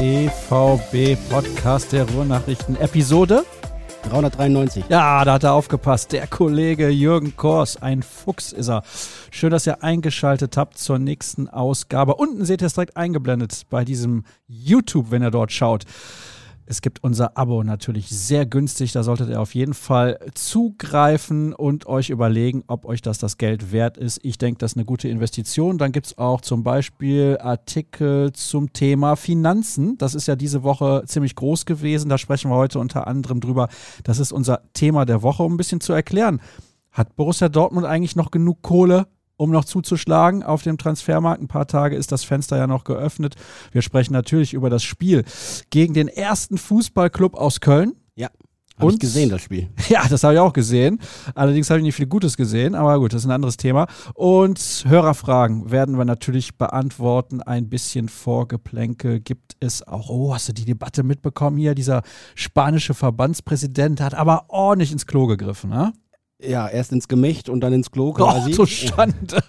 BVB-Podcast der Ruhrnachrichten, Episode 393. Ja, da hat er aufgepasst. Der Kollege Jürgen Kors, ein Fuchs ist er. Schön, dass ihr eingeschaltet habt zur nächsten Ausgabe. Unten seht ihr es direkt eingeblendet bei diesem YouTube, wenn ihr dort schaut. Es gibt unser Abo natürlich sehr günstig, da solltet ihr auf jeden Fall zugreifen und euch überlegen, ob euch das Geld wert ist. Ich denke, das ist eine gute Investition. Dann gibt es auch zum Beispiel Artikel zum Thema Finanzen. Das ist ja diese Woche ziemlich groß gewesen, da sprechen wir heute unter anderem drüber. Das ist unser Thema der Woche, um ein bisschen zu erklären. Hat Borussia Dortmund eigentlich noch genug Kohle, um noch zuzuschlagen auf dem Transfermarkt? Ein paar Tage ist das Fenster ja noch geöffnet. Wir sprechen natürlich über das Spiel gegen den ersten Fußballclub aus Köln. Ja, habe ich gesehen, das Spiel. Ja, das habe ich auch gesehen. Allerdings habe ich nicht viel Gutes gesehen, aber gut, das ist ein anderes Thema. Und Hörerfragen werden wir natürlich beantworten. Ein bisschen Vorgeplänkel gibt es auch. Oh, hast du die Debatte mitbekommen hier? Dieser spanische Verbandspräsident hat aber ordentlich ins Klo gegriffen, ne? Ja, erst ins Gemächt und dann ins Klo quasi. Doch, so Schande.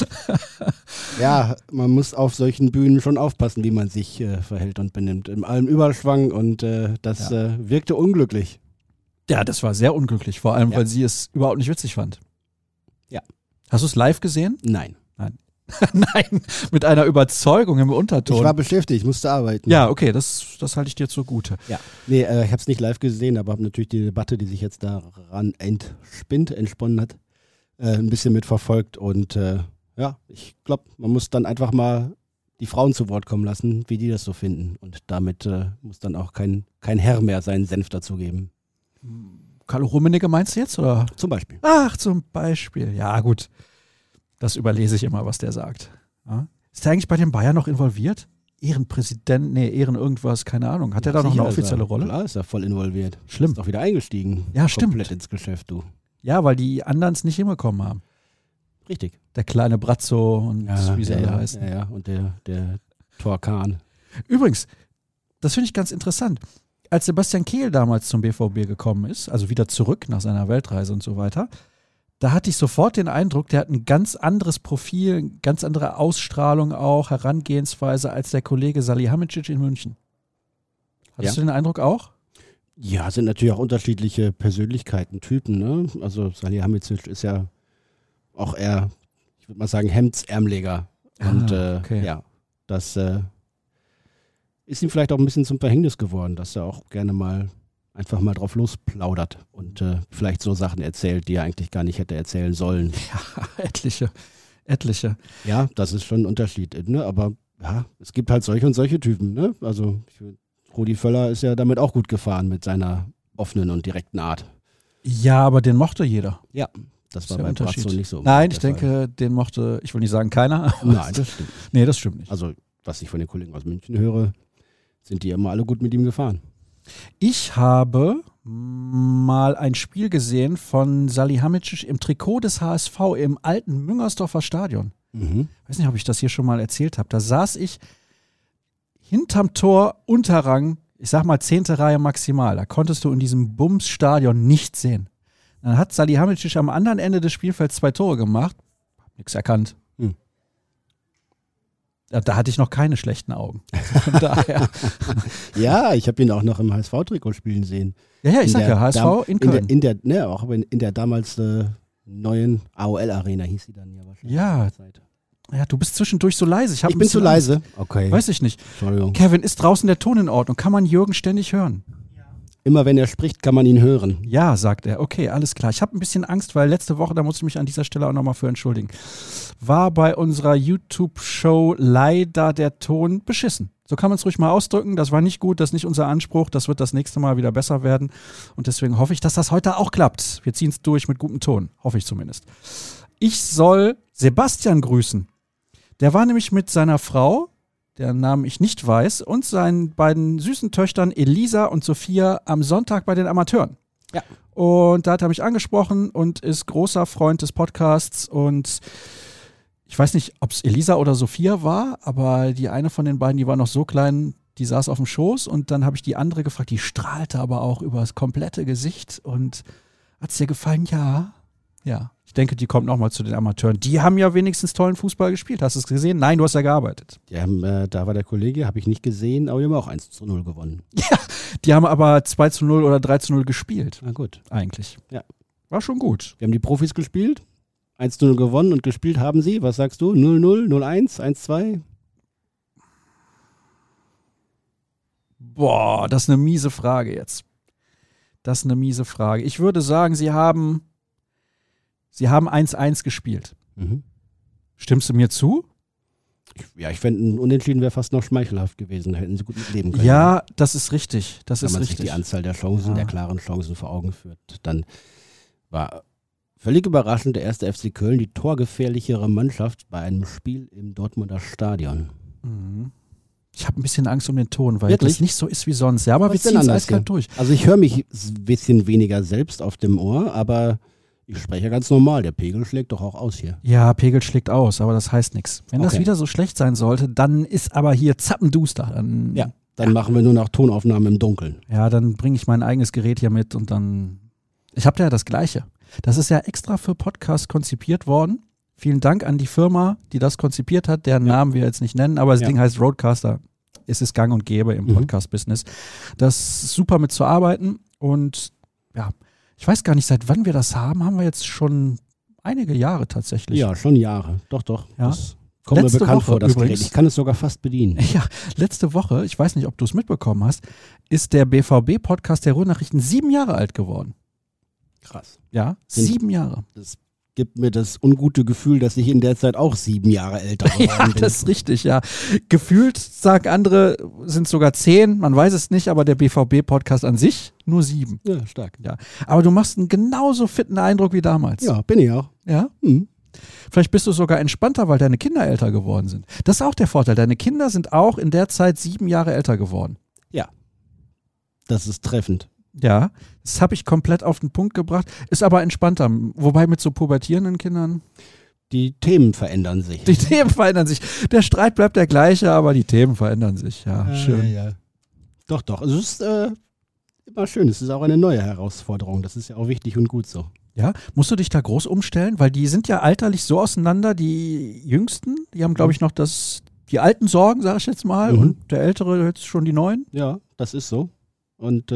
Ja, man muss auf solchen Bühnen schon aufpassen, wie man sich verhält und benimmt. In allem Überschwang und das wirkte unglücklich. Ja, das war sehr unglücklich, vor allem, weil sie es überhaupt nicht witzig fand. Ja. Hast du es live gesehen? Nein. Nein, mit einer Überzeugung im Unterton. Ich war beschäftigt, ich musste arbeiten. Ja, okay, das halte ich dir zugute. Ja. Nee, ich habe es nicht live gesehen, aber habe natürlich die Debatte, die sich jetzt daran entsponnen hat, ein bisschen mitverfolgt. Und ich glaube, man muss dann einfach mal die Frauen zu Wort kommen lassen, wie die das so finden. Und damit muss dann auch kein Herr mehr seinen Senf dazugeben. Carlo Rummenigge meinst du jetzt, oder? Zum Beispiel. Ach, zum Beispiel. Ja, gut. Das überlese ich immer, was der sagt. Ja? Ist der eigentlich bei den Bayern noch involviert? Ehrenpräsident, Ehren irgendwas, keine Ahnung. Hat der da noch eine offizielle Rolle? Klar, ist er voll involviert. Schlimm. Ist doch wieder eingestiegen. Ja, stimmt. Komplett ins Geschäft, du. Ja, weil die anderen es nicht hinbekommen haben. Richtig. Der kleine Brazzo und wie sie alle heißen. Ja, und der Torkan. Übrigens, das finde ich ganz interessant. Als Sebastian Kehl damals zum BVB gekommen ist, also wieder zurück nach seiner Weltreise und so weiter, da hatte ich sofort den Eindruck, der hat ein ganz anderes Profil, eine ganz andere Ausstrahlung auch, Herangehensweise als der Kollege Salihamidzic in München. Hattest du den Eindruck auch? Ja, sind natürlich auch unterschiedliche Persönlichkeiten, Typen, ne? Also Salihamidzic ist ja auch eher, ich würde mal sagen, Hemdsärmeliger. Und das ist ihm vielleicht auch ein bisschen zum Verhängnis geworden, dass er auch gerne mal einfach mal drauf losplaudert und vielleicht so Sachen erzählt, die er eigentlich gar nicht hätte erzählen sollen. Ja, etliche. Ja, das ist schon ein Unterschied, ne? Aber ja, es gibt halt solche und solche Typen, ne? Also Rudi Völler ist ja damit auch gut gefahren mit seiner offenen und direkten Art. Ja, aber den mochte jeder. Ja, das war bei Brazzo nicht so. Nein, ich denke, den mochte, ich will nicht sagen keiner. Nein, das stimmt. Nee, das stimmt nicht. Also, was ich von den Kollegen aus München höre, sind die immer alle gut mit ihm gefahren. Ich habe mal ein Spiel gesehen von Salihamidzic im Trikot des HSV im alten Müngersdorfer Stadion. Mhm. Ich weiß nicht, ob ich das hier schon mal erzählt habe. Da saß ich hinterm Tor, Unterrang, ich sag mal 10. Reihe maximal. Da konntest du in diesem Bums-Stadion nichts sehen. Dann hat Salihamidzic am anderen Ende des Spielfelds 2 Tore gemacht. Hab nichts erkannt. Da hatte ich noch keine schlechten Augen. Von daher. Ja, ich habe ihn auch noch im HSV-Trikot spielen sehen. Ja, ich sag ja, HSV in Köln. Auch in der damals neuen AOL-Arena hieß sie dann ja wahrscheinlich. Ja, du bist zwischendurch so leise. Ich bin zu leise. Angst. Okay. Weiß ich nicht. Entschuldigung. Kevin, ist draußen der Ton in Ordnung? Kann man Jürgen ständig hören? Immer wenn er spricht, kann man ihn hören. Ja, sagt er. Okay, alles klar. Ich habe ein bisschen Angst, weil letzte Woche, da muss ich mich an dieser Stelle auch nochmal für entschuldigen, war bei unserer YouTube-Show leider der Ton beschissen. So kann man es ruhig mal ausdrücken. Das war nicht gut, das ist nicht unser Anspruch. Das wird das nächste Mal wieder besser werden. Und deswegen hoffe ich, dass das heute auch klappt. Wir ziehen es durch mit gutem Ton. Hoffe ich zumindest. Ich soll Sebastian grüßen. Der war nämlich mit seiner Frau, deren Namen ich nicht weiß, und seinen beiden süßen Töchtern Elisa und Sophia am Sonntag bei den Amateuren. Ja. Und da hat er mich angesprochen und ist großer Freund des Podcasts. Und ich weiß nicht, ob es Elisa oder Sophia war, aber die eine von den beiden, die war noch so klein, die saß auf dem Schoß. Und dann habe ich die andere gefragt, die strahlte aber auch über das komplette Gesicht. Und hat es dir gefallen? Ja. Ja, ich denke, die kommt nochmal zu den Amateuren. Die haben ja wenigstens tollen Fußball gespielt. Hast du es gesehen? Nein, du hast ja gearbeitet. Die haben, da war der Kollege, habe ich nicht gesehen, aber die haben auch 1:0 gewonnen. Ja, die haben aber 2:0 oder 3:0 gespielt. Na gut. Eigentlich. Ja. War schon gut. Wir haben die Profis gespielt, 1:0 gewonnen und gespielt haben sie, was sagst du, 0:0, 0:1, 1:2? Boah, das ist eine miese Frage jetzt. Das ist eine miese Frage. Ich würde sagen, sie haben 1:1 gespielt. Mhm. Stimmst du mir zu? Ich fände, ein Unentschieden wäre fast noch schmeichelhaft gewesen. Da hätten sie gut mit leben können. Ja, das ist richtig. Das Wenn ist man richtig. sich die Anzahl der Chancen, der klaren Chancen vor Augen führt, dann war völlig überraschend der erste FC Köln die torgefährlichere Mannschaft bei einem Spiel im Dortmunder Stadion. Mhm. Ich habe ein bisschen Angst um den Ton, weil Wirklich? das nicht so ist wie sonst. Ja, aber wir Was denn ziehen es anders eiskalt hier? durch. Also ich höre mich ein bisschen weniger selbst auf dem Ohr, aber ich spreche ganz normal. Der Pegel schlägt doch auch aus hier. Ja, Pegel schlägt aus, aber das heißt nichts. Wenn das Okay. wieder so schlecht sein sollte, dann ist aber hier zappenduster. Dann Machen wir nur noch Tonaufnahmen im Dunkeln. Ja, dann bringe ich mein eigenes Gerät hier mit und dann. Ich habe da ja das Gleiche. Das ist ja extra für Podcast konzipiert worden. Vielen Dank an die Firma, die das konzipiert hat, deren Namen wir jetzt nicht nennen, aber das Ding heißt Roadcaster. Es ist gang und gäbe im Podcast-Business. Das ist super mit zu arbeiten und ja, ich weiß gar nicht, seit wann wir das haben. Haben wir jetzt schon einige Jahre tatsächlich. Ja, schon Jahre. Doch. Ja. Das kommt Letzte mir bekannt Woche vor, das übrigens. Gerät. Ich kann es sogar fast bedienen. Ja, letzte Woche, ich weiß nicht, ob du es mitbekommen hast, ist der BVB-Podcast der Ruhrnachrichten 7 Jahre alt geworden. Krass. Ja, 7 Jahre. Das gibt mir das ungute Gefühl, dass ich in der Zeit auch 7 Jahre älter geworden Ja, bin. das ist richtig, ja. Gefühlt, sagen andere, sind es sogar 10, man weiß es nicht, aber der BVB-Podcast an sich nur 7. Ja, stark. Ja. Aber du machst einen genauso fitten Eindruck wie damals. Ja, bin ich auch. Ja? Mhm. Vielleicht bist du sogar entspannter, weil deine Kinder älter geworden sind. Das ist auch der Vorteil. Deine Kinder sind auch in der Zeit 7 Jahre älter geworden. Ja, das ist treffend. Ja, das habe ich komplett auf den Punkt gebracht. Ist aber entspannter. Wobei mit so pubertierenden Kindern. Die Themen verändern sich. Die Themen verändern sich. Der Streit bleibt der gleiche, aber die Themen verändern sich. Ja, schön. Ja. Doch. Es ist immer schön. Es ist auch eine neue Herausforderung. Das ist ja auch wichtig und gut so. Ja, musst du dich da groß umstellen? Weil die sind ja alterlich so auseinander. Die Jüngsten, die haben, glaube ich, noch die alten Sorgen, sage ich jetzt mal. Und der Ältere jetzt schon die neuen. Ja, das ist so. Und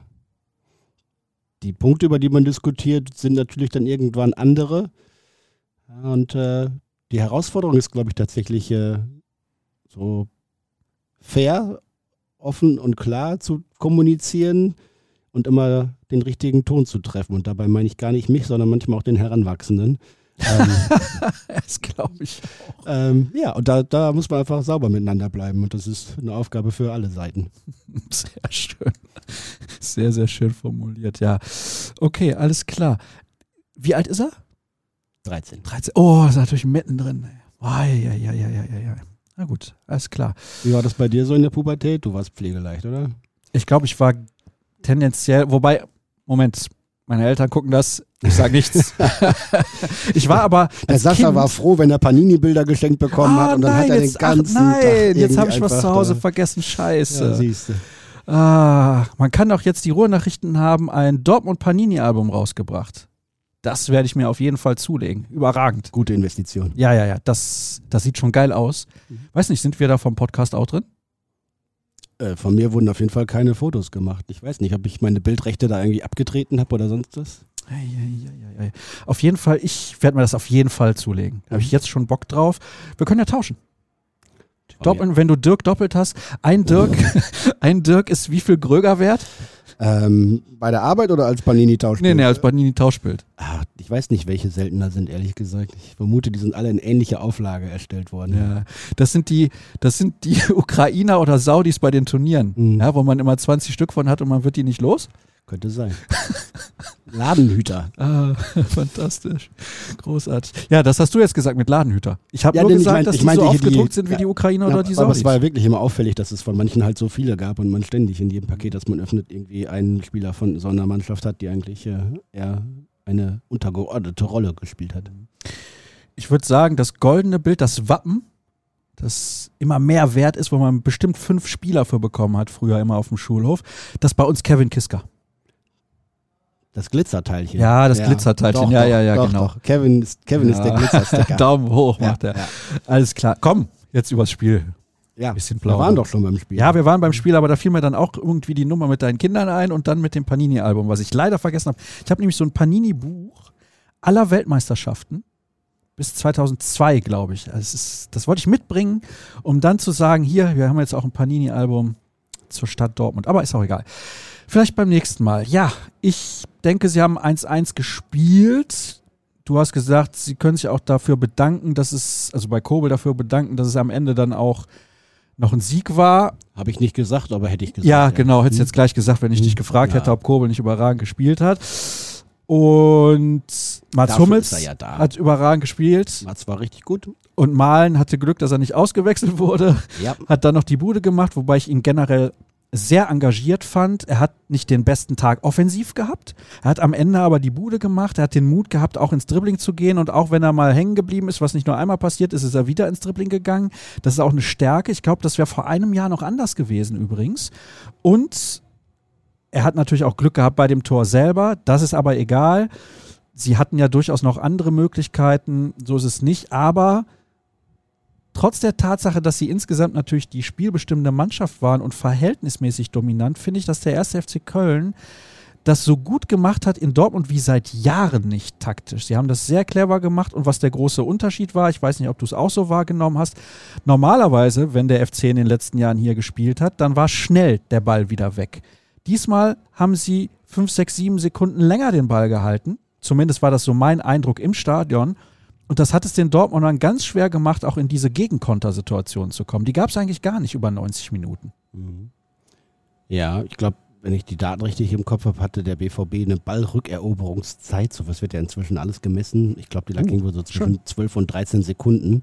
die Punkte, über die man diskutiert, sind natürlich dann irgendwann andere. Und die Herausforderung ist, glaube ich, tatsächlich so fair, offen und klar zu kommunizieren und immer den richtigen Ton zu treffen. Und dabei meine ich gar nicht mich, sondern manchmal auch den Heranwachsenden. Das glaube ich auch. Ja, und da muss man einfach sauber miteinander bleiben. Und das ist eine Aufgabe für alle Seiten. Sehr schön. Sehr, sehr schön formuliert, ja. Okay, alles klar. Wie alt ist er? 13. 13. Oh, ist natürlich mittendrin. Ja. Na gut, alles klar. Wie war das bei dir so in der Pubertät? Du warst pflegeleicht, oder? Ich glaube, ich war tendenziell, wobei, Moment, meine Eltern gucken das, ich sage nichts. Ich war aber Der Sascha war froh, wenn er Panini-Bilder geschenkt bekommen hat und dann hat er den ganzen Tag jetzt habe ich was einfach zu Hause vergessen, scheiße. Ja, siehst du. Man kann doch jetzt, die Ruhrnachrichten haben ein Dortmund-Panini-Album rausgebracht. Das werde ich mir auf jeden Fall zulegen. Überragend. Gute Investition. Ja. Das sieht schon geil aus. Weiß nicht, sind wir da vom Podcast auch drin? Von mir wurden auf jeden Fall keine Fotos gemacht. Ich weiß nicht, ob ich meine Bildrechte da irgendwie abgetreten habe oder sonst was. Ja. Auf jeden Fall, ich werde mir das auf jeden Fall zulegen. Da habe ich jetzt schon Bock drauf. Wir können ja tauschen. Wenn du Dirk doppelt hast, ein Dirk ist wie viel Gröger wert? Bei der Arbeit oder als Panini-Tauschbild? Nee, als Panini-Tauschbild. Ich weiß nicht, welche seltener sind, ehrlich gesagt. Ich vermute, die sind alle in ähnlicher Auflage erstellt worden. Ja, das sind die Ukrainer oder Saudis bei den Turnieren, ja, wo man immer 20 Stück von hat und man wird die nicht los. Könnte sein. Ladenhüter. Fantastisch. Großartig. Ja, das hast du jetzt gesagt mit Ladenhüter. Ich habe nur denn gesagt, dass die so aufgedruckt sind wie die Ukrainer oder die Saudis. Aber es war ja wirklich immer auffällig, dass es von manchen halt so viele gab und man ständig in jedem Paket, das man öffnet, irgendwie einen Spieler von so einer Mannschaft hat, die eigentlich eher eine untergeordnete Rolle gespielt hat. Ich würde sagen, das goldene Bild, das Wappen, das immer mehr wert ist, wo man bestimmt 5 Spieler für bekommen hat, früher immer auf dem Schulhof, das bei uns Kevin Kiska. Das Glitzerteilchen. Ja, das Glitzerteilchen. Doch, genau. Doch. Kevin ist der Glitzersticker. Daumen hoch macht er. Ja. Alles klar. Komm, jetzt übers Spiel. Ja, wir waren doch schon beim Spiel. Ja, wir waren beim Spiel, aber da fiel mir dann auch irgendwie die Nummer mit deinen Kindern ein und dann mit dem Panini-Album, was ich leider vergessen habe. Ich habe nämlich so ein Panini-Buch aller Weltmeisterschaften bis 2002, glaube ich. Also das wollte ich mitbringen, um dann zu sagen, hier, wir haben jetzt auch ein Panini-Album zur Stadt Dortmund. Aber ist auch egal. Vielleicht beim nächsten Mal. Ja, ich denke, sie haben 1-1 gespielt. Du hast gesagt, sie können sich auch dafür bedanken, also bei Kobel dafür bedanken, dass es am Ende dann auch noch ein Sieg war. Habe ich nicht gesagt, aber hätte ich gesagt. Ja, genau, hättest jetzt gleich gesagt, wenn ich dich gefragt hätte, ob Kobel nicht überragend gespielt hat. Und Mats Hummels hat überragend gespielt. Mats war richtig gut. Und Malen hatte Glück, dass er nicht ausgewechselt wurde. Ja. Hat dann noch die Bude gemacht, wobei ich ihn generell sehr engagiert fand. Er hat nicht den besten Tag offensiv gehabt. Er hat am Ende aber die Bude gemacht. Er hat den Mut gehabt, auch ins Dribbling zu gehen. Und auch wenn er mal hängen geblieben ist, was nicht nur einmal passiert ist, ist er wieder ins Dribbling gegangen. Das ist auch eine Stärke. Ich glaube, das wäre vor einem Jahr noch anders gewesen übrigens. Und er hat natürlich auch Glück gehabt bei dem Tor selber. Das ist aber egal. Sie hatten ja durchaus noch andere Möglichkeiten. So ist es nicht. Aber trotz der Tatsache, dass sie insgesamt natürlich die spielbestimmende Mannschaft waren und verhältnismäßig dominant, finde ich, dass der 1. FC Köln das so gut gemacht hat in Dortmund wie seit Jahren nicht taktisch. Sie haben das sehr clever gemacht und was der große Unterschied war, ich weiß nicht, ob du es auch so wahrgenommen hast, normalerweise, wenn der FC in den letzten Jahren hier gespielt hat, dann war schnell der Ball wieder weg. Diesmal haben sie 5, 6, 7 Sekunden länger den Ball gehalten. Zumindest war das so mein Eindruck im Stadion. Und das hat es den Dortmundern ganz schwer gemacht, auch in diese Gegenkontersituation zu kommen. Die gab es eigentlich gar nicht über 90 Minuten. Ja, ich glaube, wenn ich die Daten richtig im Kopf habe, hatte der BVB eine Ballrückeroberungszeit. So was wird ja inzwischen alles gemessen. Ich glaube, die lag irgendwo so zwischen 12 und 13 Sekunden.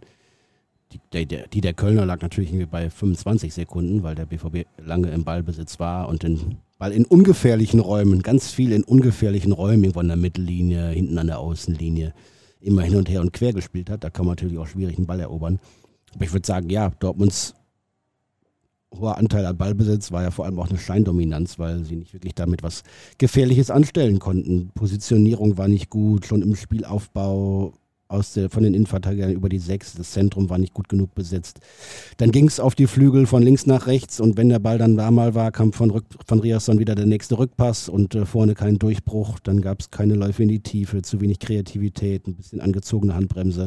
Die der Kölner lag natürlich irgendwie bei 25 Sekunden, weil der BVB lange im Ballbesitz war und den Ball in ungefährlichen Räumen, ganz viel in ungefährlichen Räumen, irgendwo an der Mittellinie, hinten an der Außenlinie, immer hin und her und quer gespielt hat. Da kann man natürlich auch schwierig einen Ball erobern. Aber ich würde sagen, ja, Dortmunds hoher Anteil an Ballbesitz war ja vor allem auch eine Scheindominanz, weil sie nicht wirklich damit was Gefährliches anstellen konnten. Positionierung war nicht gut, schon im Spielaufbau von den Innenverteidigern über die 6, das Zentrum war nicht gut genug besetzt. Dann ging es auf die Flügel von links nach rechts und wenn der Ball dann da mal war, kam von Riasson wieder der nächste Rückpass und vorne kein Durchbruch. Dann gab es keine Läufe in die Tiefe, zu wenig Kreativität, ein bisschen angezogene Handbremse.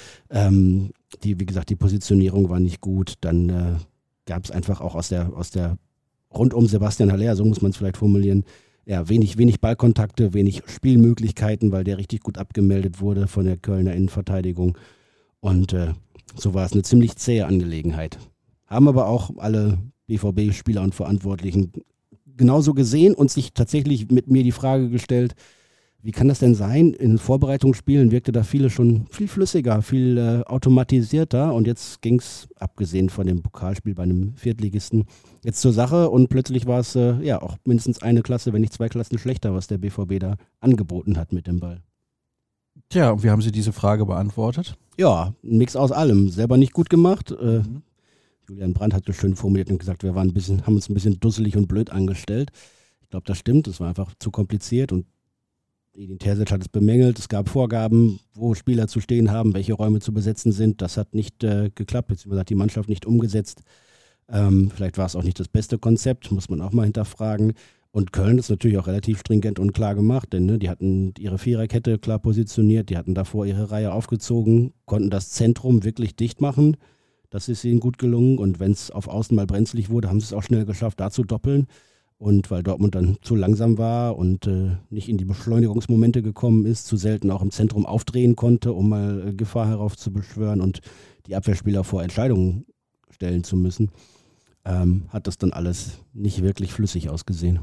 Wie gesagt, die Positionierung war nicht gut. Dann gab es einfach auch aus der rund um Sebastian Haller, so muss man es vielleicht formulieren, ja, wenig Ballkontakte, wenig Spielmöglichkeiten, weil der richtig gut abgemeldet wurde von der Kölner Innenverteidigung. Und so war es eine ziemlich zähe Angelegenheit. Haben aber auch alle BVB-Spieler und Verantwortlichen genauso gesehen und sich tatsächlich mit mir die Frage gestellt, wie kann das denn sein? In Vorbereitungsspielen wirkte da vieles schon viel flüssiger, viel automatisierter und jetzt ging es, abgesehen von dem Pokalspiel bei einem Viertligisten, jetzt zur Sache und plötzlich war es auch mindestens eine Klasse, wenn nicht 2 Klassen schlechter, was der BVB da angeboten hat mit dem Ball. Tja, und wie haben Sie diese Frage beantwortet? Ja, ein Mix aus allem. Selber nicht gut gemacht. Julian Brandt hat das schön formuliert und gesagt, wir haben uns ein bisschen dusselig und blöd angestellt. Ich glaube, das stimmt. Es war einfach zu kompliziert und Edin Terzic hat es bemängelt. Es gab Vorgaben, wo Spieler zu stehen haben, welche Räume zu besetzen sind. Das hat nicht geklappt, beziehungsweise hat die Mannschaft nicht umgesetzt. Vielleicht war es auch nicht das beste Konzept, muss man auch mal hinterfragen. Und Köln ist natürlich auch relativ stringent und klar gemacht, denn die hatten ihre Viererkette klar positioniert, die hatten davor ihre Reihe aufgezogen, konnten das Zentrum wirklich dicht machen. Das ist ihnen gut gelungen und wenn es auf Außen mal brenzlig wurde, haben sie es auch schnell geschafft, da zu doppeln. Und weil Dortmund dann zu langsam war und nicht in die Beschleunigungsmomente gekommen ist, zu selten auch im Zentrum aufdrehen konnte, um mal Gefahr heraufzubeschwören und die Abwehrspieler vor Entscheidungen stellen zu müssen, hat das dann alles nicht wirklich flüssig ausgesehen.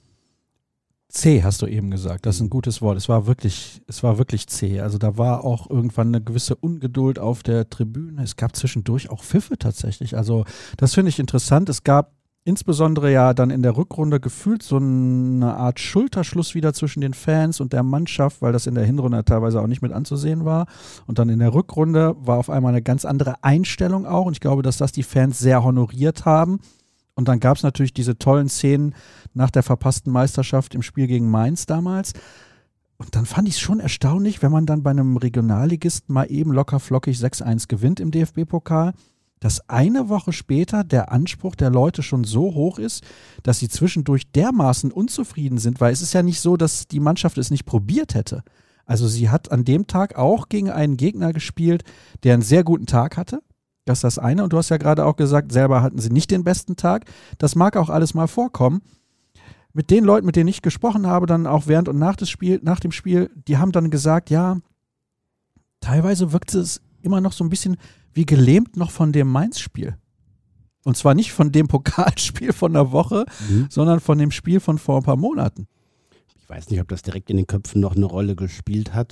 Zäh, hast du eben gesagt. Das ist ein gutes Wort. Es war wirklich zäh. Also da war auch irgendwann eine gewisse Ungeduld auf der Tribüne. Es gab zwischendurch auch Pfiffe tatsächlich. Also das finde ich interessant. Es gab insbesondere ja dann in der Rückrunde gefühlt so eine Art Schulterschluss wieder zwischen den Fans und der Mannschaft, weil das in der Hinrunde teilweise auch nicht mit anzusehen war. Und dann in der Rückrunde war auf einmal eine ganz andere Einstellung auch. Und ich glaube, dass das die Fans sehr honoriert haben. Und dann gab es natürlich diese tollen Szenen nach der verpassten Meisterschaft im Spiel gegen Mainz damals. Und dann fand ich es schon erstaunlich, wenn man dann bei einem Regionalligisten mal eben locker flockig 6-1 gewinnt im DFB-Pokal, dass eine Woche später der Anspruch der Leute schon so hoch ist, dass sie zwischendurch dermaßen unzufrieden sind, weil es ist ja nicht so, dass die Mannschaft es nicht probiert hätte. Also sie hat an dem Tag auch gegen einen Gegner gespielt, der einen sehr guten Tag hatte. Das ist das eine. Und du hast ja gerade auch gesagt, selber hatten sie nicht den besten Tag. Das mag auch alles mal vorkommen. Mit den Leuten, mit denen ich gesprochen habe, dann auch während und nach dem Spiel, die haben dann gesagt, ja, teilweise wirkte es immer noch so ein bisschen wie gelähmt noch von dem Mainz-Spiel. Und zwar nicht von dem Pokalspiel von der Woche, sondern von dem Spiel von vor ein paar Monaten. Ich weiß nicht, ob das direkt in den Köpfen noch eine Rolle gespielt hat.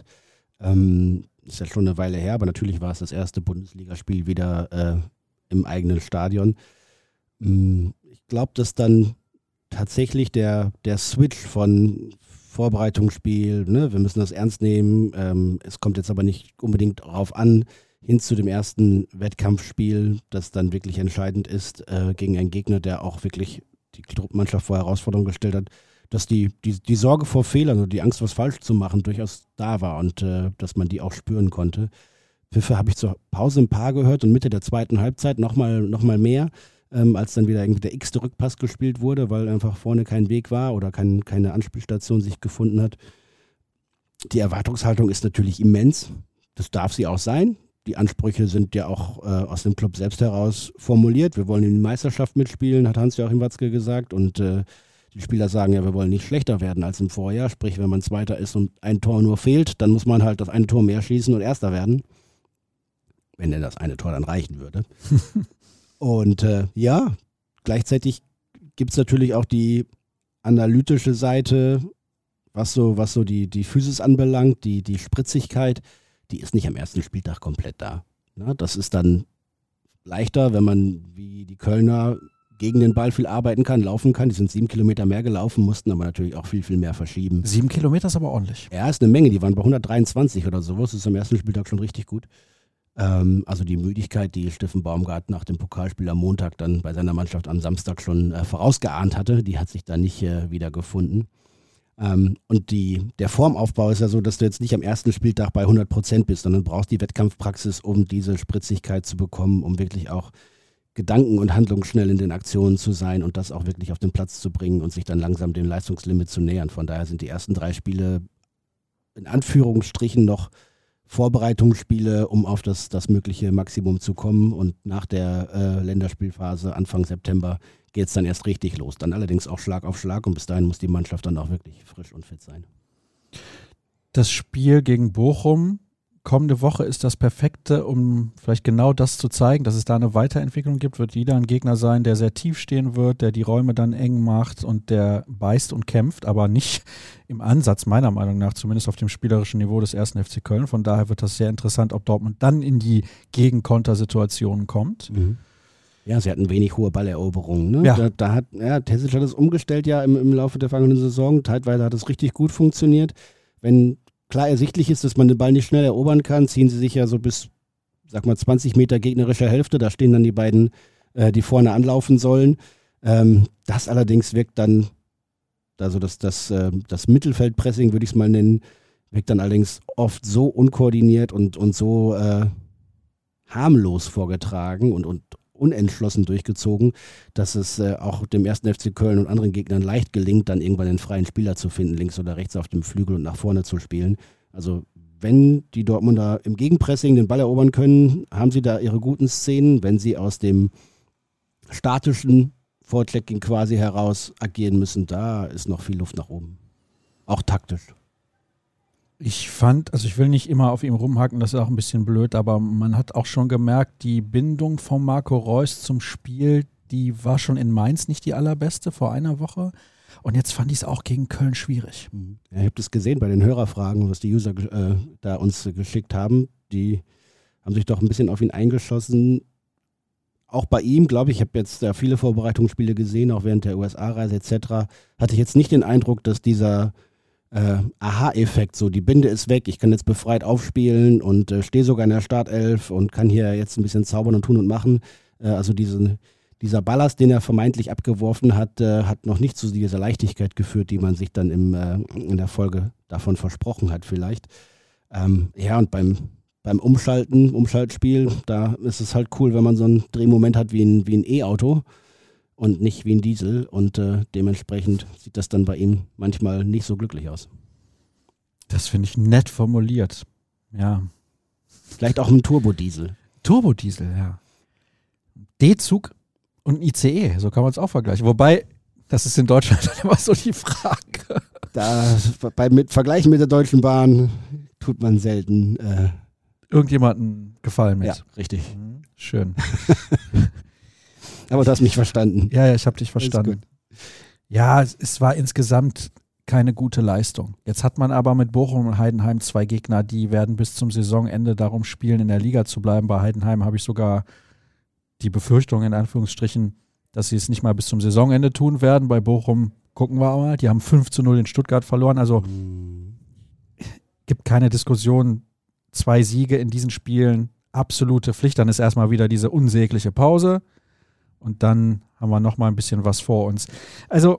Ist ja schon eine Weile her, aber natürlich war es das erste Bundesligaspiel wieder im eigenen Stadion. Ich glaube, dass dann tatsächlich der Switch von Vorbereitungsspiel, ne, wir müssen das ernst nehmen, es kommt jetzt aber nicht unbedingt darauf an, hin zu dem ersten Wettkampfspiel, das dann wirklich entscheidend ist, gegen einen Gegner, der auch wirklich die Mannschaft vor Herausforderungen gestellt hat, dass die Sorge vor Fehlern oder die Angst, was falsch zu machen, durchaus da war und dass man die auch spüren konnte. Pfiffe habe ich zur Pause ein paar gehört und Mitte der zweiten Halbzeit noch mal mehr, als dann wieder irgendwie der x-te Rückpass gespielt wurde, weil einfach vorne kein Weg war oder keine Anspielstation sich gefunden hat. Die Erwartungshaltung ist natürlich immens. Das darf sie auch sein. Die Ansprüche sind ja auch aus dem Club selbst heraus formuliert. Wir wollen in die Meisterschaft mitspielen, hat Hans-Joachim Watzke gesagt. Und die Spieler sagen ja, wir wollen nicht schlechter werden als im Vorjahr. Sprich, wenn man Zweiter ist und ein Tor nur fehlt, dann muss man halt auf ein Tor mehr schießen und Erster werden. Wenn denn das eine Tor dann reichen würde. Und gleichzeitig gibt es natürlich auch die analytische Seite, was so die Physis anbelangt, die Spritzigkeit, die ist nicht am ersten Spieltag komplett da. Na, das ist dann leichter, wenn man wie die Kölner gegen den Ball viel arbeiten kann, laufen kann. Die sind 7 Kilometer mehr gelaufen, mussten aber natürlich auch viel, viel mehr verschieben. 7 Kilometer ist aber ordentlich. Ja, ist eine Menge. Die waren bei 123 oder sowas. Das ist am ersten Spieltag schon richtig gut. Also die Müdigkeit, die Steffen Baumgart nach dem Pokalspiel am Montag dann bei seiner Mannschaft am Samstag schon vorausgeahnt hatte, die hat sich da nicht wiedergefunden. Und der Formaufbau ist ja so, dass du jetzt nicht am ersten Spieltag bei 100% bist, sondern brauchst die Wettkampfpraxis, um diese Spritzigkeit zu bekommen, um wirklich auch gedanken- und handlungsschnell in den Aktionen zu sein und das auch wirklich auf den Platz zu bringen und sich dann langsam dem Leistungslimit zu nähern. Von daher sind die ersten 3 Spiele in Anführungsstrichen noch Vorbereitungsspiele, um auf das mögliche Maximum zu kommen. Und nach der Länderspielphase Anfang September geht es dann erst richtig los. Dann allerdings auch Schlag auf Schlag und bis dahin muss die Mannschaft dann auch wirklich frisch und fit sein. Das Spiel gegen Bochum kommende Woche ist das Perfekte, um vielleicht genau das zu zeigen, dass es da eine Weiterentwicklung gibt. Wird wieder ein Gegner sein, der sehr tief stehen wird, der die Räume dann eng macht und der beißt und kämpft, aber nicht im Ansatz, meiner Meinung nach, zumindest auf dem spielerischen Niveau des 1. FC Köln. Von daher wird das sehr interessant, ob Dortmund dann in die Gegenkontersituationen kommt. Mhm. Ja, sie hatten wenig hohe Balleroberungen. Ne? Ja. Da hat Terzic hat das umgestellt ja im Laufe der vergangenen Saison. Teilweise hat es richtig gut funktioniert. Wenn klar ersichtlich ist, dass man den Ball nicht schnell erobern kann, ziehen sie sich ja so bis, 20 Meter gegnerischer Hälfte. Da stehen dann die beiden, die vorne anlaufen sollen. Das allerdings wirkt dann, also das Mittelfeldpressing, würde ich es mal nennen, wirkt dann allerdings oft so unkoordiniert und so harmlos vorgetragen und unentschlossen durchgezogen, dass es auch dem 1. FC Köln und anderen Gegnern leicht gelingt, dann irgendwann einen freien Spieler zu finden, links oder rechts auf dem Flügel und nach vorne zu spielen. Also wenn die Dortmunder im Gegenpressing den Ball erobern können, haben sie da ihre guten Szenen. Wenn sie aus dem statischen Vorchecking quasi heraus agieren müssen, da ist noch viel Luft nach oben. Auch taktisch. Ich fand, also ich will nicht immer auf ihm rumhacken, das ist auch ein bisschen blöd, aber man hat auch schon gemerkt, die Bindung von Marco Reus zum Spiel, die war schon in Mainz nicht die allerbeste vor einer Woche. Und jetzt fand ich es auch gegen Köln schwierig. Ja, ich habe das gesehen bei den Hörerfragen, was die User da uns geschickt haben. Die haben sich doch ein bisschen auf ihn eingeschossen. Auch bei ihm, glaube ich, habe jetzt viele Vorbereitungsspiele gesehen, auch während der USA-Reise etc. Hatte ich jetzt nicht den Eindruck, dass dieser Aha-Effekt, so die Binde ist weg, ich kann jetzt befreit aufspielen und stehe sogar in der Startelf und kann hier jetzt ein bisschen zaubern und tun und machen. Also diese dieser Ballast, den er vermeintlich abgeworfen hat, hat noch nicht zu dieser Leichtigkeit geführt, die man sich dann in der Folge davon versprochen hat vielleicht. Und beim Umschaltspiel, da ist es halt cool, wenn man so einen Drehmoment hat wie ein E-Auto und nicht wie ein Diesel und dementsprechend sieht das dann bei ihm manchmal nicht so glücklich aus. Das finde ich nett formuliert. Ja. Vielleicht auch ein Turbodiesel. Turbodiesel, ja. D-Zug und ICE, so kann man es auch vergleichen. Wobei, das ist in Deutschland immer so die Frage. Mit Vergleichen mit der Deutschen Bahn tut man selten irgendjemanden Gefallen mit. Ja, richtig. Schön. Aber du hast mich verstanden. Ja, ich habe dich verstanden. Ja, es war insgesamt keine gute Leistung. Jetzt hat man aber mit Bochum und Heidenheim 2 Gegner, die werden bis zum Saisonende darum spielen, in der Liga zu bleiben. Bei Heidenheim habe ich sogar die Befürchtung, in Anführungsstrichen, dass sie es nicht mal bis zum Saisonende tun werden. Bei Bochum gucken wir mal. Die haben 5-0 in Stuttgart verloren. Also gibt keine Diskussion. 2 Siege in diesen Spielen, absolute Pflicht. Dann ist erstmal wieder diese unsägliche Pause und dann haben wir noch mal ein bisschen was vor uns. Also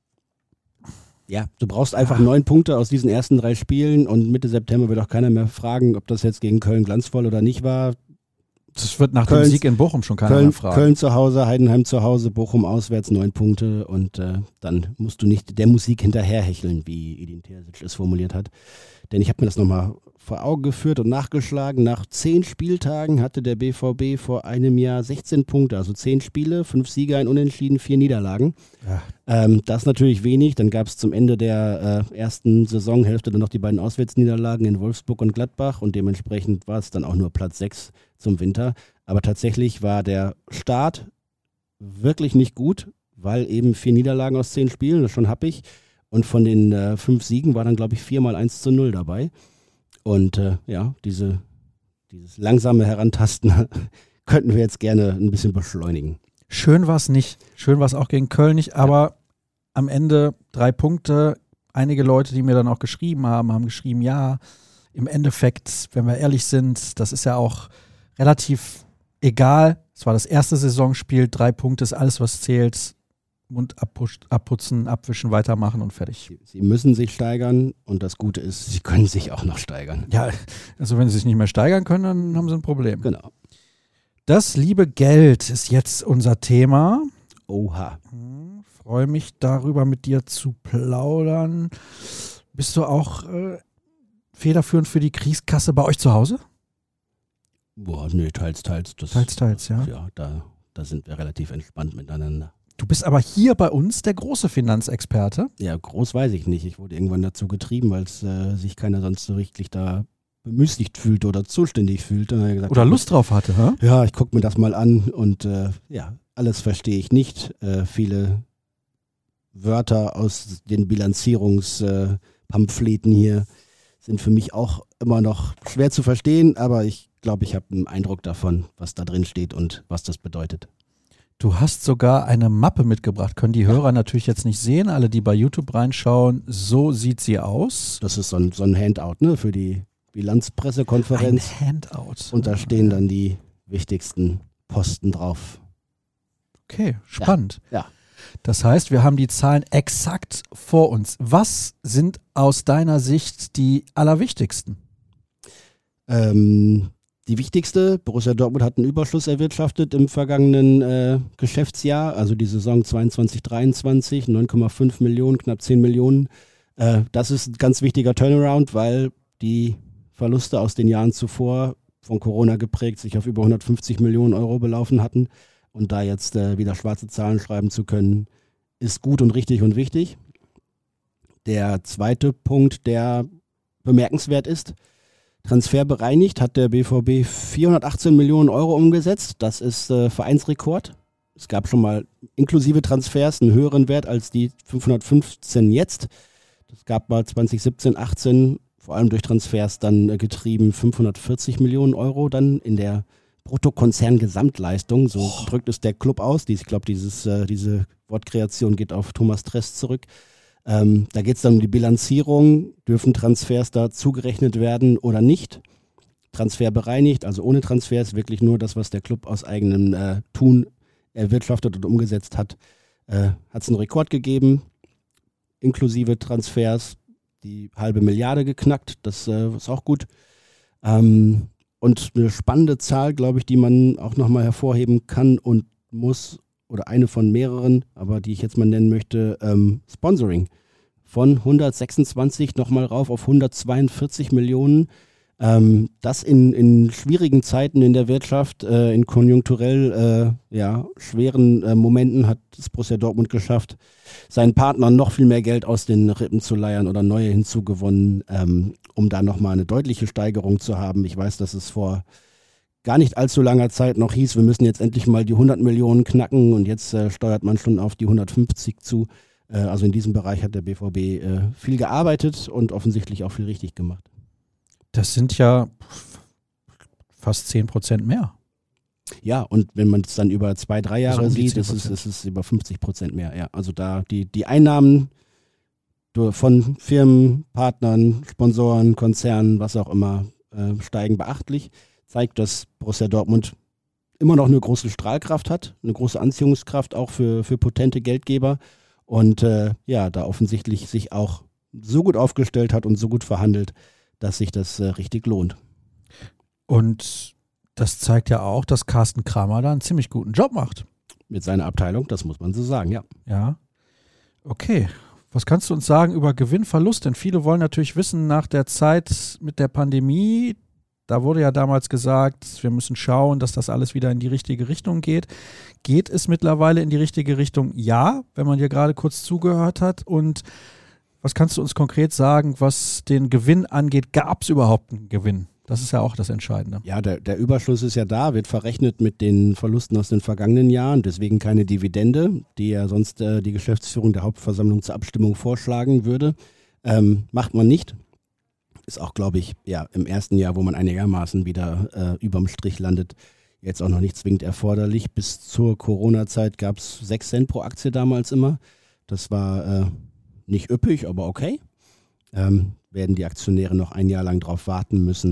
ja, du brauchst einfach 9 Punkte aus diesen ersten 3 Spielen und Mitte September wird auch keiner mehr fragen, ob das jetzt gegen Köln glanzvoll oder nicht war. Das wird nach dem Sieg in Bochum schon keiner mehr fragen. Köln zu Hause, Heidenheim zu Hause, Bochum auswärts 9 Punkte und dann musst du nicht der Musik hinterherhecheln, wie Edin Terzic es formuliert hat. Denn ich habe mir das nochmal vor Augen geführt und nachgeschlagen. Nach 10 Spieltagen hatte der BVB vor einem Jahr 16 Punkte, also 10 Spiele, 5 Siege, ein Unentschieden, 4 Niederlagen. Ja. Das ist natürlich wenig. Dann gab es zum Ende der ersten Saisonhälfte dann noch die beiden Auswärtsniederlagen in Wolfsburg und Gladbach und dementsprechend war es dann auch nur Platz 6 zum Winter. Aber tatsächlich war der Start wirklich nicht gut, weil eben 4 Niederlagen aus 10 Spielen, das schon happig. Und von den 5 Siegen war dann, glaube ich, 4-mal 1-0 dabei. Und dieses langsame Herantasten könnten wir jetzt gerne ein bisschen beschleunigen. Schön war es nicht. Schön war es auch gegen Köln nicht, aber am Ende 3 Punkte. Einige Leute, die mir dann auch geschrieben haben geschrieben, ja, im Endeffekt, wenn wir ehrlich sind, das ist ja auch relativ egal. Es war das erste Saisonspiel, 3 Punkte ist alles, was zählt. Mund abputzen, abwischen, weitermachen und fertig. Sie müssen sich steigern und das Gute ist, sie können sich auch noch steigern. Ja, also wenn sie sich nicht mehr steigern können, dann haben sie ein Problem. Genau. Das liebe Geld ist jetzt unser Thema. Oha. Freue mich darüber, mit dir zu plaudern. Bist du auch federführend für die Kriegskasse bei euch zu Hause? Boah, nee, teils. Teils, ja. Ja, da sind wir relativ entspannt miteinander. Du bist aber hier bei uns der große Finanzexperte. Ja, groß weiß ich nicht. Ich wurde irgendwann dazu getrieben, weil sich keiner sonst so richtig da bemüßigt fühlte oder zuständig fühlte. Gesagt, oder Lust drauf hatte, hä? Ja, ich gucke mir das mal an und alles verstehe ich nicht. Viele Wörter aus den Bilanzierungspamphleten hier sind für mich auch immer noch schwer zu verstehen, aber ich glaube, ich habe einen Eindruck davon, was da drin steht und was das bedeutet. Du hast sogar eine Mappe mitgebracht. Können die Hörer natürlich jetzt nicht sehen, alle, die bei YouTube reinschauen. So sieht sie aus. Das ist so ein Handout, ne, für die Bilanzpressekonferenz. Ein Handout. Und da stehen dann die wichtigsten Posten drauf. Okay, spannend. Ja. Das heißt, wir haben die Zahlen exakt vor uns. Was sind aus deiner Sicht die allerwichtigsten? Die wichtigste, Borussia Dortmund hat einen Überschuss erwirtschaftet im vergangenen Geschäftsjahr, also die Saison 22/23, 9,5 Millionen, knapp 10 Millionen. Das ist ein ganz wichtiger Turnaround, weil die Verluste aus den Jahren zuvor, von Corona geprägt, sich auf über 150 Millionen Euro belaufen hatten. Und da jetzt wieder schwarze Zahlen schreiben zu können, ist gut und richtig und wichtig. Der zweite Punkt, der bemerkenswert ist, transferbereinigt hat der BVB 418 Millionen Euro umgesetzt. Das ist Vereinsrekord. Es gab schon mal inklusive Transfers einen höheren Wert als die 515 jetzt. Es gab mal 2017, 18, vor allem durch Transfers dann getrieben, 540 Millionen Euro dann in der Bruttokonzern-Gesamtleistung. So drückt es der Club aus. Ich glaube, diese Wortkreation geht auf Thomas Tress zurück. Da geht es dann um die Bilanzierung. Dürfen Transfers da zugerechnet werden oder nicht? Transfer bereinigt, also ohne Transfers, wirklich nur das, was der Club aus eigenem Tun erwirtschaftet und umgesetzt hat, hat es einen Rekord gegeben, inklusive Transfers, die 500 Milliarden geknackt, das ist auch gut. Und eine spannende Zahl, glaube ich, die man auch nochmal hervorheben kann und muss, oder eine von mehreren, aber die ich jetzt mal nennen möchte, Sponsoring. Von 126 nochmal rauf auf 142 Millionen. Das in schwierigen Zeiten in der Wirtschaft, in konjunkturell schweren Momenten hat es Borussia Dortmund geschafft, seinen Partnern noch viel mehr Geld aus den Rippen zu leiern oder neue hinzugewonnen, um da nochmal eine deutliche Steigerung zu haben. Ich weiß, dass es vor gar nicht allzu langer Zeit noch hieß, wir müssen jetzt endlich mal die 100 Millionen knacken und jetzt steuert man schon auf die 150 zu. Also in diesem Bereich hat der BVB viel gearbeitet und offensichtlich auch viel richtig gemacht. Das sind ja fast 10% mehr. Ja, und wenn man es dann über 2-3 Jahre sieht, ist es über 50% mehr. Ja, also da die Einnahmen von Firmen, Partnern, Sponsoren, Konzernen, was auch immer, steigen beachtlich. Zeigt, dass Borussia Dortmund immer noch eine große Strahlkraft hat, eine große Anziehungskraft auch für potente Geldgeber und da offensichtlich sich auch so gut aufgestellt hat und so gut verhandelt, dass sich das richtig lohnt. Und das zeigt ja auch, dass Carsten Kramer da einen ziemlich guten Job macht. Mit seiner Abteilung, das muss man so sagen, ja. Ja, okay. Was kannst du uns sagen über Gewinn, Verlust? Denn viele wollen natürlich wissen, nach der Zeit mit der Pandemie, da wurde ja damals gesagt, wir müssen schauen, dass das alles wieder in die richtige Richtung geht. Geht es mittlerweile in die richtige Richtung? Ja, wenn man dir gerade kurz zugehört hat. Und was kannst du uns konkret sagen, was den Gewinn angeht? Gab es überhaupt einen Gewinn? Das ist ja auch das Entscheidende. Ja, der Überschuss ist ja da, wird verrechnet mit den Verlusten aus den vergangenen Jahren, deswegen keine Dividende, die ja sonst die Geschäftsführung der Hauptversammlung zur Abstimmung vorschlagen würde. Macht man nicht. Ist auch, glaube ich, ja, im ersten Jahr, wo man einigermaßen wieder überm Strich landet, jetzt auch noch nicht zwingend erforderlich. Bis zur Corona-Zeit gab es 6 Cent pro Aktie damals immer. Das war nicht üppig, aber okay. Werden die Aktionäre noch ein Jahr lang drauf warten müssen.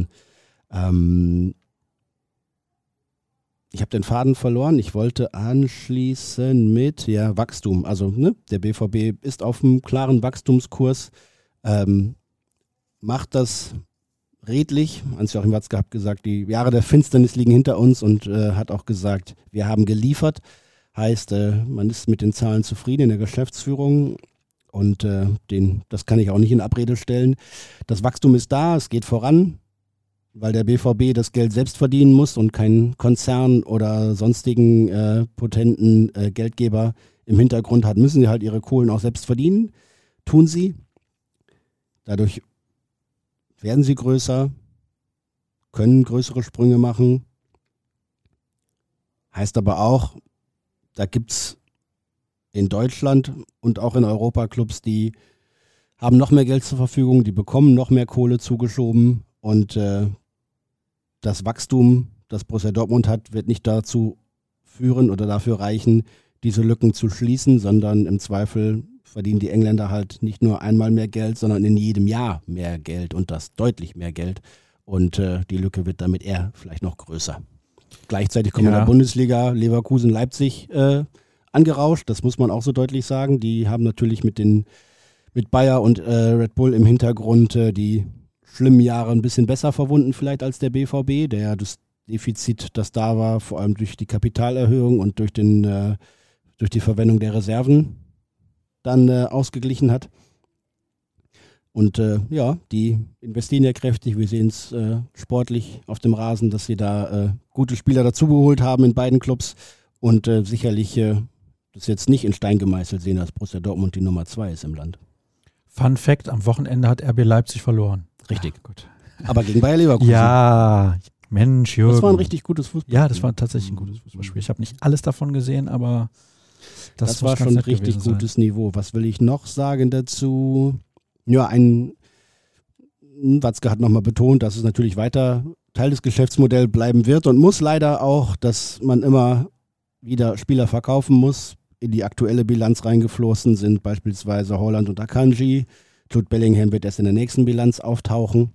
Ich habe den Faden verloren. Ich wollte anschließen mit Wachstum. Also der BVB ist auf einem klaren Wachstumskurs, macht das redlich. Hans-Joachim Watzke hat gesagt, die Jahre der Finsternis liegen hinter uns und hat auch gesagt, wir haben geliefert. Heißt, man ist mit den Zahlen zufrieden in der Geschäftsführung. Und das kann ich auch nicht in Abrede stellen. Das Wachstum ist da, es geht voran, weil der BVB das Geld selbst verdienen muss und keinen Konzern oder sonstigen potenten Geldgeber im Hintergrund hat, müssen sie halt ihre Kohlen auch selbst verdienen. Tun sie. Dadurch werden sie größer, können größere Sprünge machen. Heißt aber auch, da gibt es in Deutschland und auch in Europa Clubs, die haben noch mehr Geld zur Verfügung, die bekommen noch mehr Kohle zugeschoben und das Wachstum, das Borussia Dortmund hat, wird nicht dazu führen oder dafür reichen, diese Lücken zu schließen, sondern im Zweifel verdienen die Engländer halt nicht nur einmal mehr Geld, sondern in jedem Jahr mehr Geld und das deutlich mehr Geld und die Lücke wird damit eher vielleicht noch größer. Gleichzeitig kommen in der Bundesliga Leverkusen, Leipzig angerauscht, das muss man auch so deutlich sagen. Die haben natürlich mit Bayer und Red Bull im Hintergrund die schlimmen Jahre ein bisschen besser verwunden vielleicht als der BVB, der das Defizit, das da war, vor allem durch die Kapitalerhöhung und durch die Verwendung der Reserven dann ausgeglichen hat. Und die investieren ja kräftig. Wir sehen es sportlich auf dem Rasen, dass sie da gute Spieler dazugeholt haben in beiden Clubs und sicherlich das jetzt nicht in Stein gemeißelt sehen, dass Borussia Dortmund die Nummer 2 ist im Land. Fun Fact, am Wochenende hat RB Leipzig verloren. Richtig. Ja, gut. Aber gegen Bayer Leverkusen. Ja, Mensch, Jürgen. Das war ein richtig gutes Fußballspiel. Ja, das war tatsächlich ein gutes Fußballspiel. Ich habe nicht alles davon gesehen, aber das war schon ein richtig gutes Niveau. Was will ich noch sagen dazu? Ja, Watzke hat nochmal betont, dass es natürlich weiter Teil des Geschäftsmodells bleiben wird und muss leider auch, dass man immer wieder Spieler verkaufen muss. In die aktuelle Bilanz reingeflossen sind beispielsweise Haaland und Akanji. Jude Bellingham wird erst in der nächsten Bilanz auftauchen.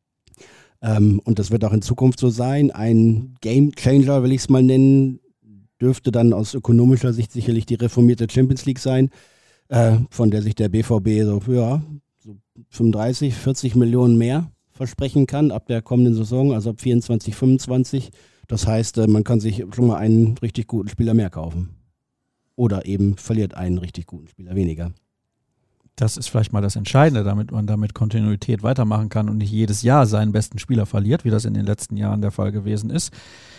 Und das wird auch in Zukunft so sein. Ein Game Changer will ich es mal nennen, dürfte dann aus ökonomischer Sicht sicherlich die reformierte Champions League sein, von der sich der BVB so 35, 40 Millionen mehr versprechen kann ab der kommenden Saison, also ab 24, 25. Das heißt, man kann sich schon mal einen richtig guten Spieler mehr kaufen. Oder eben verliert einen richtig guten Spieler weniger. Das ist vielleicht mal das Entscheidende, damit man damit Kontinuität weitermachen kann und nicht jedes Jahr seinen besten Spieler verliert, wie das in den letzten Jahren der Fall gewesen ist.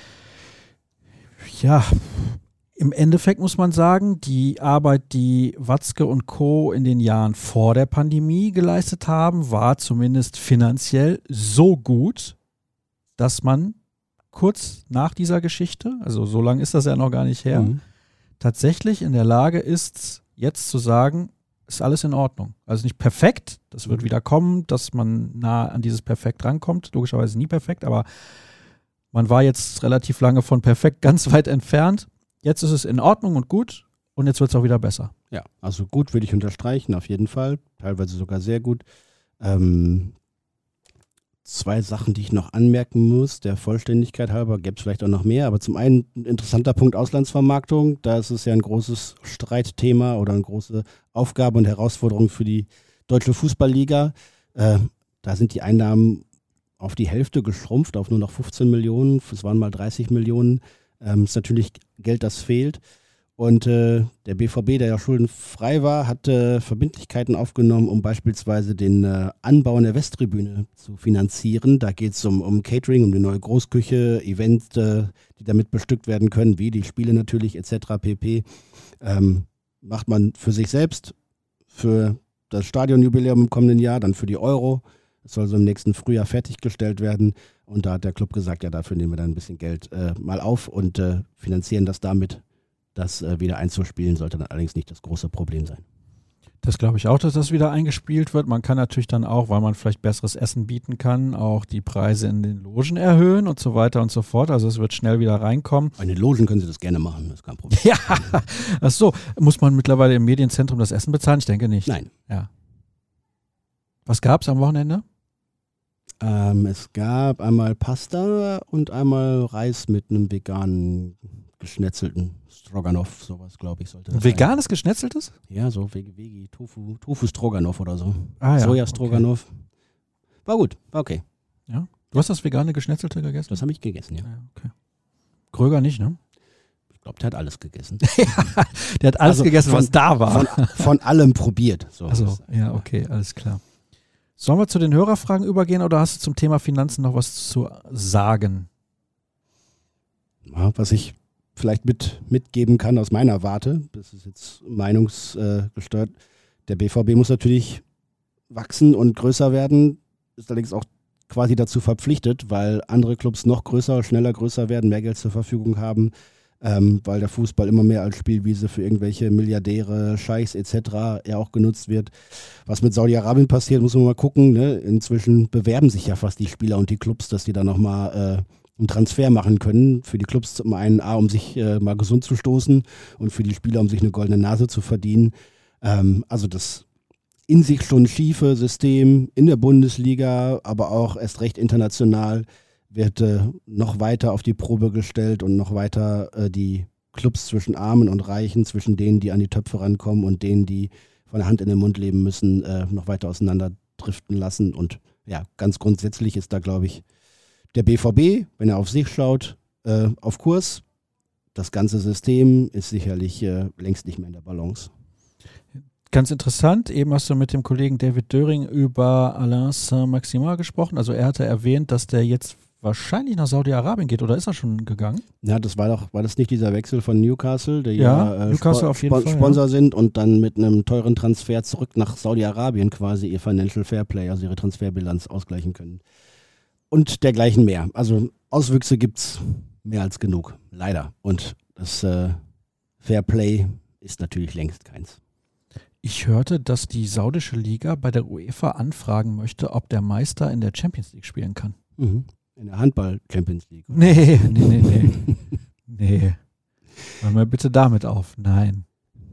Ja, im Endeffekt muss man sagen, die Arbeit, die Watzke und Co. in den Jahren vor der Pandemie geleistet haben, war zumindest finanziell so gut, dass man kurz nach dieser Geschichte, also so lange ist das ja noch gar nicht her, tatsächlich in der Lage ist, jetzt zu sagen, ist alles in Ordnung. Also nicht perfekt, das wird wieder kommen, dass man nah an dieses Perfekt rankommt, logischerweise nie perfekt, aber man war jetzt relativ lange von perfekt ganz weit entfernt. Jetzt ist es in Ordnung und gut und jetzt wird es auch wieder besser. Ja, also gut würde ich unterstreichen, auf jeden Fall. Teilweise sogar sehr gut. 2 Sachen, die ich noch anmerken muss, der Vollständigkeit halber, gäbe es vielleicht auch noch mehr, aber zum einen ein interessanter Punkt Auslandsvermarktung, da ist es ja ein großes Streitthema oder eine große Aufgabe und Herausforderung für die Deutsche Fußballliga. Da sind die Einnahmen auf die Hälfte geschrumpft, auf nur noch 15 Millionen, es waren mal 30 Millionen, ist natürlich Geld, das fehlt. Und der BVB, der ja schuldenfrei war, hat Verbindlichkeiten aufgenommen, um beispielsweise den Anbau in der Westtribüne zu finanzieren. Da geht es um Catering, um die neue Großküche, Events, die damit bestückt werden können, wie die Spiele natürlich etc. pp. Macht man für sich selbst, für das Stadionjubiläum im kommenden Jahr, dann für die Euro. Es soll so im nächsten Frühjahr fertiggestellt werden. Und da hat der Club gesagt, ja, dafür nehmen wir dann ein bisschen Geld mal auf und finanzieren das damit. Das wieder einzuspielen sollte dann allerdings nicht das große Problem sein. Das glaube ich auch, dass das wieder eingespielt wird. Man kann natürlich dann auch, weil man vielleicht besseres Essen bieten kann, auch die Preise in den Logen erhöhen und so weiter und so fort. Also es wird schnell wieder reinkommen. In den Logen können Sie das gerne machen, das ist kein Problem. Ja, ach so. Muss man mittlerweile im Medienzentrum das Essen bezahlen? Ich denke nicht. Nein. Ja. Was gab es am Wochenende? Es gab einmal Pasta und einmal Reis mit einem veganen geschnetzelten Stroganoff, sowas glaube ich sollte das Veganes Geschnetzeltes? Ja, so Veggie, Tofu Stroganoff oder so. Ah, ja. Soja-Stroganoff. Okay. War gut, war okay. Ja? Du hast das vegane Geschnetzelte gegessen? Das habe ich gegessen, ja. Okay. Kröger nicht, ne? Ich glaube, der hat alles gegessen. Ja, der hat alles gegessen, was da war. Von allem probiert. So. Also, ja, okay, alles klar. Sollen wir zu den Hörerfragen übergehen oder hast du zum Thema Finanzen noch was zu sagen? Ja, was ich vielleicht mitgeben kann aus meiner Warte, das ist jetzt meinungsgesteuert, der BVB muss natürlich wachsen und größer werden, ist allerdings auch quasi dazu verpflichtet, weil andere Clubs noch größer, schneller größer werden, mehr Geld zur Verfügung haben, weil der Fußball immer mehr als Spielwiese für irgendwelche Milliardäre, Scheichs etc. ja auch genutzt wird. Was mit Saudi-Arabien passiert, muss man mal gucken. Ne? Inzwischen bewerben sich ja fast die Spieler und die Clubs, dass die da nochmal einen Transfer machen können. Für die Clubs zum einen um sich mal gesund zu stoßen und für die Spieler, um sich eine goldene Nase zu verdienen. Also das in sich schon schiefe System in der Bundesliga, aber auch erst recht international wird noch weiter auf die Probe gestellt und noch weiter die Clubs zwischen Armen und Reichen, zwischen denen, die an die Töpfe rankommen und denen, die von der Hand in den Mund leben müssen, noch weiter auseinanderdriften lassen. Und ja, ganz grundsätzlich ist da, glaube ich, der BVB, wenn er auf sich schaut, auf Kurs. Das ganze System ist sicherlich längst nicht mehr in der Balance. Ganz interessant, eben hast du mit dem Kollegen David Döring über Alain Saint-Maximin gesprochen. Also er hatte erwähnt, dass der jetzt wahrscheinlich nach Saudi-Arabien geht, oder ist er schon gegangen? Ja, war das nicht dieser Wechsel von Newcastle, der Newcastle auf jeden Fall, Sponsor sind und dann mit einem teuren Transfer zurück nach Saudi-Arabien quasi ihr Financial Fairplay, also ihre Transferbilanz ausgleichen können. Und dergleichen mehr. Also Auswüchse gibt es mehr als genug, leider. Und das Fairplay ist natürlich längst keins. Ich hörte, dass die saudische Liga bei der UEFA anfragen möchte, ob der Meister in der Champions League spielen kann. Mhm. In der Handball-Champions League. Nee. Nee. Hör mal bitte damit auf. Nein.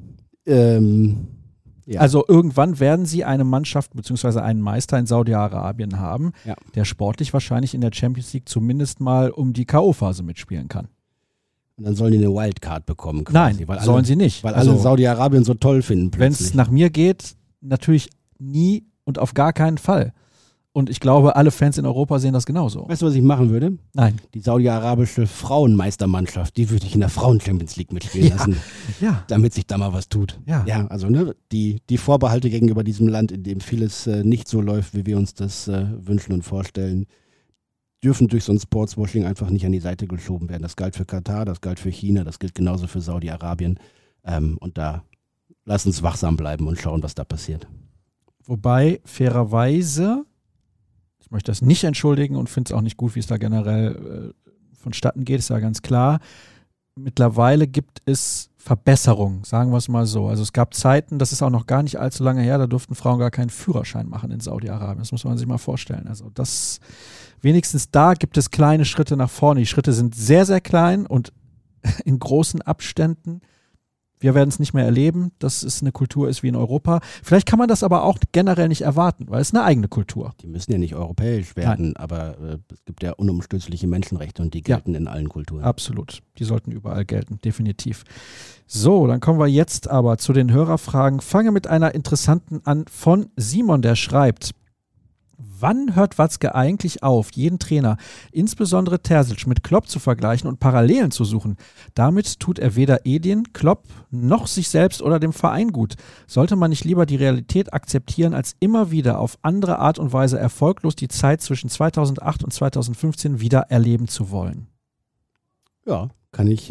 Ja. Also irgendwann werden sie eine Mannschaft bzw. einen Meister in Saudi-Arabien haben, der sportlich wahrscheinlich in der Champions League zumindest mal um die K.O.-Phase mitspielen kann. Und dann sollen die eine Wildcard bekommen quasi. Nein, sollen sie nicht. Weil alle Saudi-Arabien so toll finden plötzlich. Wenn es nach mir geht, natürlich nie und auf gar keinen Fall. Und ich glaube, alle Fans in Europa sehen das genauso. Weißt du, was ich machen würde? Nein. Die saudi-arabische Frauenmeistermannschaft, die würde ich in der Frauen-Champions League mitspielen lassen, damit sich da mal was tut. Ja, also die Vorbehalte gegenüber diesem Land, in dem vieles nicht so läuft, wie wir uns das wünschen und vorstellen, dürfen durch so ein Sportswashing einfach nicht an die Seite geschoben werden. Das galt für Katar, das galt für China, das gilt genauso für Saudi-Arabien. Und da lass uns wachsam bleiben und schauen, was da passiert. Wobei, fairerweise, ich möchte das nicht entschuldigen und finde es auch nicht gut, wie es da generell vonstatten geht, ist ja ganz klar. Mittlerweile gibt es Verbesserungen, sagen wir es mal so. Also es gab Zeiten, das ist auch noch gar nicht allzu lange her, da durften Frauen gar keinen Führerschein machen in Saudi-Arabien. Das muss man sich mal vorstellen. Also das, wenigstens da gibt es kleine Schritte nach vorne. Die Schritte sind sehr, sehr klein und in großen Abständen. Wir werden es nicht mehr erleben, dass es eine Kultur ist wie in Europa. Vielleicht kann man das aber auch generell nicht erwarten, weil es eine eigene Kultur. Die müssen ja nicht europäisch werden, aber es gibt ja unumstößliche Menschenrechte und die gelten in allen Kulturen. Absolut, die sollten überall gelten, definitiv. So, dann kommen wir jetzt aber zu den Hörerfragen. Fange mit einer interessanten an von Simon, der schreibt: Wann hört Watzke eigentlich auf, jeden Trainer, insbesondere Terzic, mit Klopp zu vergleichen und Parallelen zu suchen? Damit tut er weder Edin, Klopp noch sich selbst oder dem Verein gut. Sollte man nicht lieber die Realität akzeptieren, als immer wieder auf andere Art und Weise erfolglos die Zeit zwischen 2008 und 2015 wieder erleben zu wollen? Ja, kann ich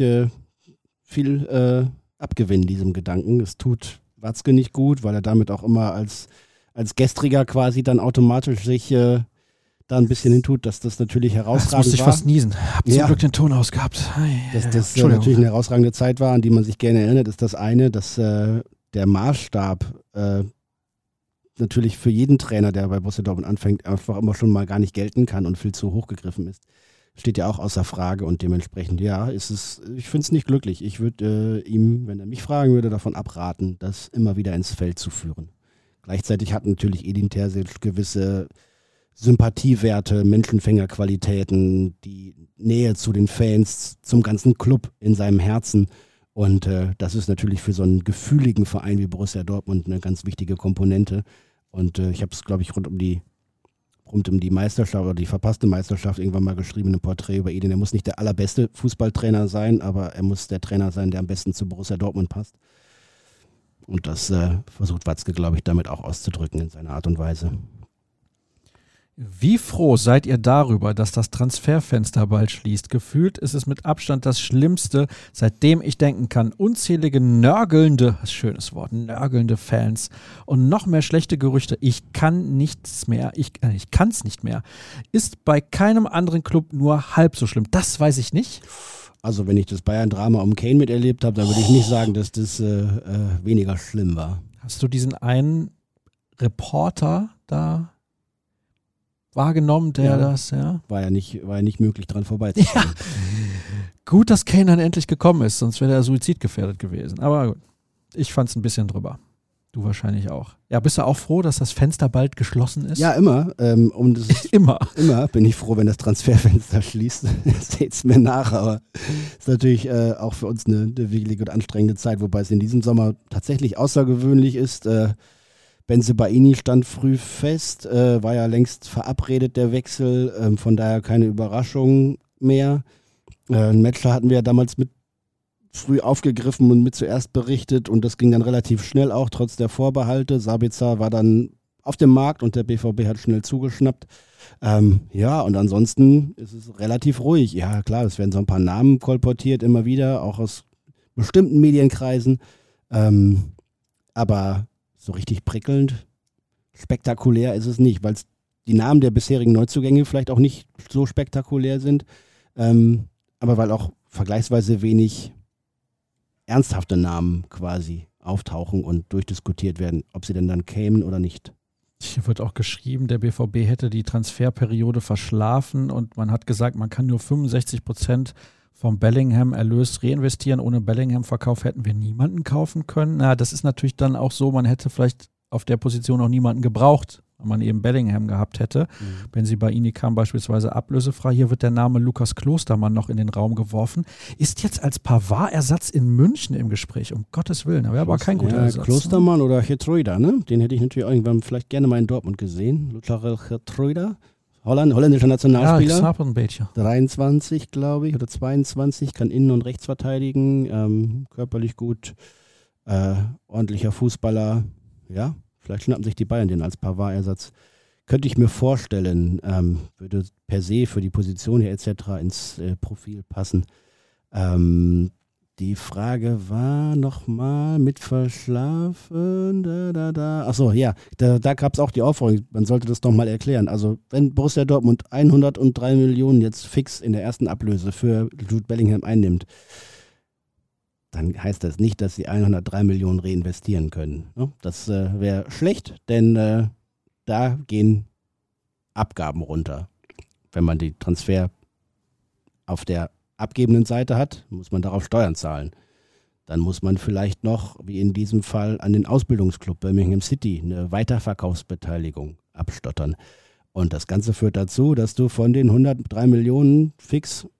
viel abgewinnen, diesem Gedanken. Es tut Watzke nicht gut, weil er damit auch immer als Gestriger quasi dann automatisch sich da ein bisschen hintut, dass das natürlich herausragend war. Das musste ich fast niesen. Hab zum Glück den Ton ausgehabt. Dass das natürlich eine herausragende Zeit war, an die man sich gerne erinnert, ist das eine, dass der Maßstab natürlich für jeden Trainer, der bei Borussia Dortmund anfängt, einfach immer schon mal gar nicht gelten kann und viel zu hoch gegriffen ist. Steht ja auch außer Frage und dementsprechend, ich finde es nicht glücklich. Ich würde ihm, wenn er mich fragen würde, davon abraten, das immer wieder ins Feld zu führen. Gleichzeitig hat natürlich Edin Terzic gewisse Sympathiewerte, Menschenfängerqualitäten, die Nähe zu den Fans, zum ganzen Club in seinem Herzen. Und das ist natürlich für so einen gefühligen Verein wie Borussia Dortmund eine ganz wichtige Komponente. Und ich habe es, glaube ich, rund um die Meisterschaft oder die verpasste Meisterschaft irgendwann mal geschrieben, ein Porträt über Edin. Er muss nicht der allerbeste Fußballtrainer sein, aber er muss der Trainer sein, der am besten zu Borussia Dortmund passt. Und das versucht Watzke, glaube ich, damit auch auszudrücken in seiner Art und Weise. Wie froh seid ihr darüber, dass das Transferfenster bald schließt? Gefühlt ist es mit Abstand das Schlimmste, seitdem ich denken kann. Unzählige nörgelnde, schönes Wort, nörgelnde Fans und noch mehr schlechte Gerüchte. Ich kann nichts mehr, ich kann es nicht mehr. Ist bei keinem anderen Club nur halb so schlimm. Das weiß ich nicht. Also wenn ich das Bayern-Drama um Kane miterlebt habe, dann würde ich nicht sagen, dass das weniger schlimm war. Hast du diesen einen Reporter da wahrgenommen, War ja nicht möglich, dran vorbeizukommen. Ja. Gut, dass Kane dann endlich gekommen ist, sonst wäre er suizidgefährdet gewesen. Aber gut, ich fand es ein bisschen drüber. Du wahrscheinlich auch. Ja, bist du auch froh, dass das Fenster bald geschlossen ist? Ja, immer. Immer bin ich froh, wenn das Transferfenster schließt. Seht's mir nach, aber es ist natürlich auch für uns eine wichtige und anstrengende Zeit, wobei es in diesem Sommer tatsächlich außergewöhnlich ist. Bensebaini stand früh fest, war ja längst verabredet, der Wechsel, von daher keine Überraschung mehr. Metzler hatten wir ja damals mit früh aufgegriffen und mit zuerst berichtet und das ging dann relativ schnell auch, trotz der Vorbehalte. Sabitzer war dann auf dem Markt und der BVB hat schnell zugeschnappt. Und ansonsten ist es relativ ruhig. Ja, klar, es werden so ein paar Namen kolportiert immer wieder, auch aus bestimmten Medienkreisen. Aber so richtig prickelnd, spektakulär ist es nicht, weil die Namen der bisherigen Neuzugänge vielleicht auch nicht so spektakulär sind, aber weil auch vergleichsweise wenig ernsthafte Namen quasi auftauchen und durchdiskutiert werden, ob sie denn dann kämen oder nicht. Hier wird auch geschrieben, der BVB hätte die Transferperiode verschlafen und man hat gesagt, man kann nur 65% vom Bellingham-Erlös reinvestieren. Ohne Bellingham-Verkauf hätten wir niemanden kaufen können. Na, das ist natürlich dann auch so, man hätte vielleicht auf der Position auch niemanden gebraucht wenn man eben Bellingham gehabt hätte. Wenn sie bei Ini kam, beispielsweise ablösefrei. Hier wird der Name Lukas Klostermann noch in den Raum geworfen. Ist jetzt als Pavard-Ersatz in München im Gespräch, um Gottes Willen. Da wäre aber kein guter Ersatz. Klostermann oder Geertruida, ne? Den hätte ich natürlich irgendwann vielleicht gerne mal in Dortmund gesehen. Lothar Geertruida, holländischer Nationalspieler. Ja, ein bisschen. 23, glaube ich, oder 22, kann innen und rechts verteidigen, körperlich gut, ordentlicher Fußballer, ja. Vielleicht schnappen sich die Bayern den als Pavard-Ersatz. Könnte ich mir vorstellen, würde per se für die Position hier etc. ins Profil passen. Die Frage war nochmal mit Verschlafen. Achso, ja, da gab es auch die Aufforderung, man sollte das nochmal erklären. Also wenn Borussia Dortmund 103 Millionen jetzt fix in der ersten Ablöse für Jude Bellingham einnimmt, dann heißt das nicht, dass sie 103 Millionen reinvestieren können. Das wäre schlecht, denn da gehen Abgaben runter. Wenn man die Transfer auf der abgebenden Seite hat, muss man darauf Steuern zahlen. Dann muss man vielleicht noch, wie in diesem Fall, an den Ausbildungsclub Birmingham City eine Weiterverkaufsbeteiligung abstottern. Und das Ganze führt dazu, dass du von den 103 Millionen fix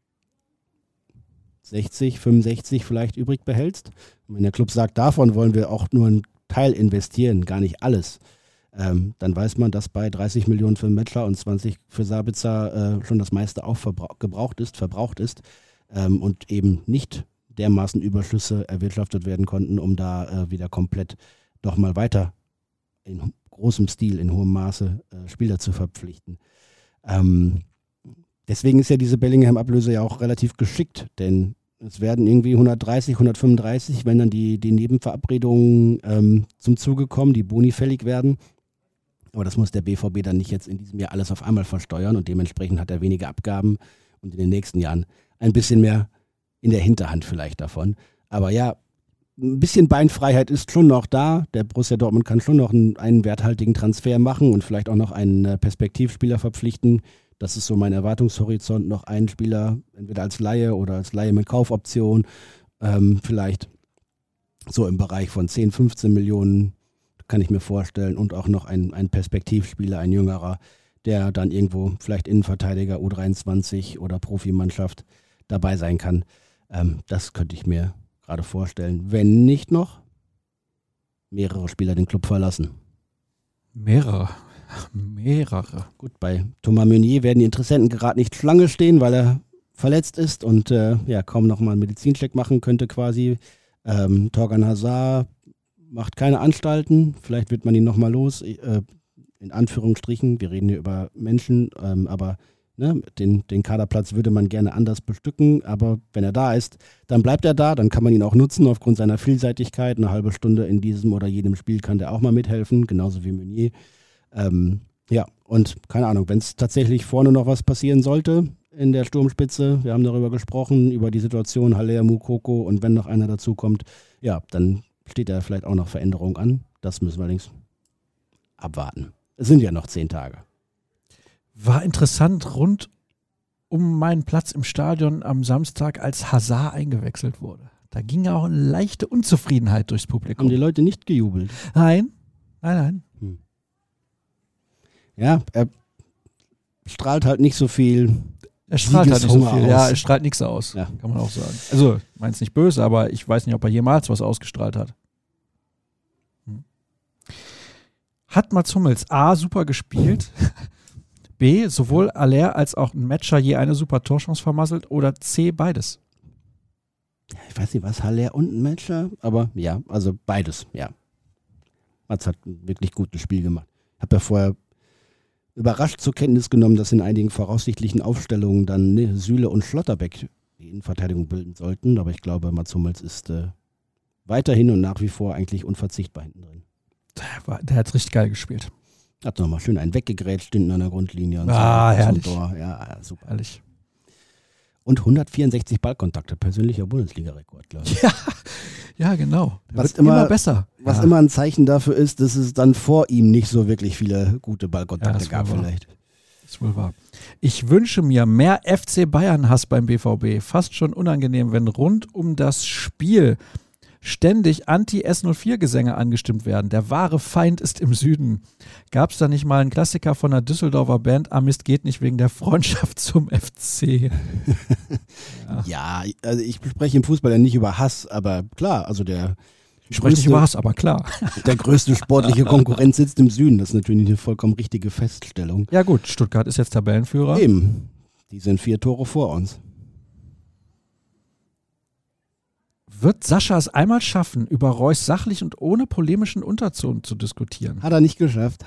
60, 65 vielleicht übrig behältst. Und wenn der Club sagt, davon wollen wir auch nur einen Teil investieren, gar nicht alles, dann weiß man, dass bei 30 Millionen für Mettler und 20 für Sabitzer schon das meiste auch verbraucht ist und eben nicht dermaßen Überschüsse erwirtschaftet werden konnten, um da wieder komplett nochmal weiter in großem Stil, in hohem Maße Spieler zu verpflichten. Deswegen ist ja diese Bellingham-Ablöse ja auch relativ geschickt, denn es werden irgendwie 130, 135, wenn dann die Nebenverabredungen zum Zuge kommen, die Boni fällig werden. Aber das muss der BVB dann nicht jetzt in diesem Jahr alles auf einmal versteuern und dementsprechend hat er weniger Abgaben und in den nächsten Jahren ein bisschen mehr in der Hinterhand vielleicht davon. Aber ja, ein bisschen Beinfreiheit ist schon noch da. Der Borussia Dortmund kann schon noch einen werthaltigen Transfer machen und vielleicht auch noch einen Perspektivspieler verpflichten. Das ist so mein Erwartungshorizont, noch einen Spieler, entweder als Leihe oder als Leihe mit Kaufoption, vielleicht so im Bereich von 10, 15 Millionen, kann ich mir vorstellen, und auch noch ein Perspektivspieler, ein jüngerer, der dann irgendwo vielleicht Innenverteidiger, U23 oder Profimannschaft dabei sein kann. Das könnte ich mir gerade vorstellen, wenn nicht noch mehrere Spieler den Club verlassen. Mehrere. Gut, bei Thomas Meunier werden die Interessenten gerade nicht Schlange stehen, weil er verletzt ist und kaum noch mal einen Medizincheck machen könnte quasi. Thorgan Hazard macht keine Anstalten, vielleicht wird man ihn nochmal los, in Anführungsstrichen, wir reden hier über Menschen, aber den Kaderplatz würde man gerne anders bestücken, aber wenn er da ist, dann bleibt er da, dann kann man ihn auch nutzen aufgrund seiner Vielseitigkeit, eine halbe Stunde in diesem oder jedem Spiel kann der auch mal mithelfen, genauso wie Meunier. Und keine Ahnung, wenn es tatsächlich vorne noch was passieren sollte in der Sturmspitze, wir haben darüber gesprochen, über die Situation Haller, Moukoko und wenn noch einer dazukommt, dann steht da vielleicht auch noch Veränderung an. Das müssen wir allerdings abwarten. Es sind ja noch 10 Tage. War interessant rund um meinen Platz im Stadion am Samstag, als Hazard eingewechselt wurde. Da ging auch eine leichte Unzufriedenheit durchs Publikum. Haben die Leute nicht gejubelt? Nein. Ja, er strahlt halt nicht so viel. Er strahlt halt nicht so viel. Aus. Ja, er strahlt nichts aus, kann man auch sagen. Also, ich meine es nicht böse, aber ich weiß nicht, ob er jemals was ausgestrahlt hat. Hat Mats Hummels A, super gespielt, B, sowohl Haller als auch ein Matcher je eine super Torchance vermasselt oder C, beides? Ich weiß nicht, was Haller und ein Matcher, aber ja, also beides, ja. Mats hat ein wirklich gutes Spiel gemacht. Ich habe ja vorher überrascht zur Kenntnis genommen, dass in einigen voraussichtlichen Aufstellungen dann Süle und Schlotterbeck die Innenverteidigung bilden sollten. Aber ich glaube, Mats Hummels ist weiterhin und nach wie vor eigentlich unverzichtbar hinten drin. Der hat richtig geil gespielt. Hat nochmal schön einen weggegrätscht hinten an der Grundlinie. Und herrlich. Tor. Ja, super. Herrlich. Und 164 Ballkontakte, persönlicher Bundesliga-Rekord, glaube ich. Ja, genau. Der wird immer besser. Was immer ein Zeichen dafür ist, dass es dann vor ihm nicht so wirklich viele gute Ballkontakte gab vielleicht. Das ist wohl wahr. Ich wünsche mir mehr FC Bayern-Hass beim BVB. Fast schon unangenehm, wenn rund um das Spiel ständig Anti-S04-Gesänge angestimmt werden. Der wahre Feind ist im Süden. Gab es da nicht mal einen Klassiker von der Düsseldorfer Band, Mist geht nicht wegen der Freundschaft zum FC? Ja, also ich spreche im Fußball ja nicht über Hass, aber klar, also ich spreche nicht über Hass, aber klar. Der größte sportliche Konkurrent sitzt im Süden. Das ist natürlich eine vollkommen richtige Feststellung. Ja gut, Stuttgart ist jetzt Tabellenführer. Eben. Die sind 4 Tore vor uns. Wird Sascha es einmal schaffen, über Reus sachlich und ohne polemischen Unterton zu diskutieren? Hat er nicht geschafft.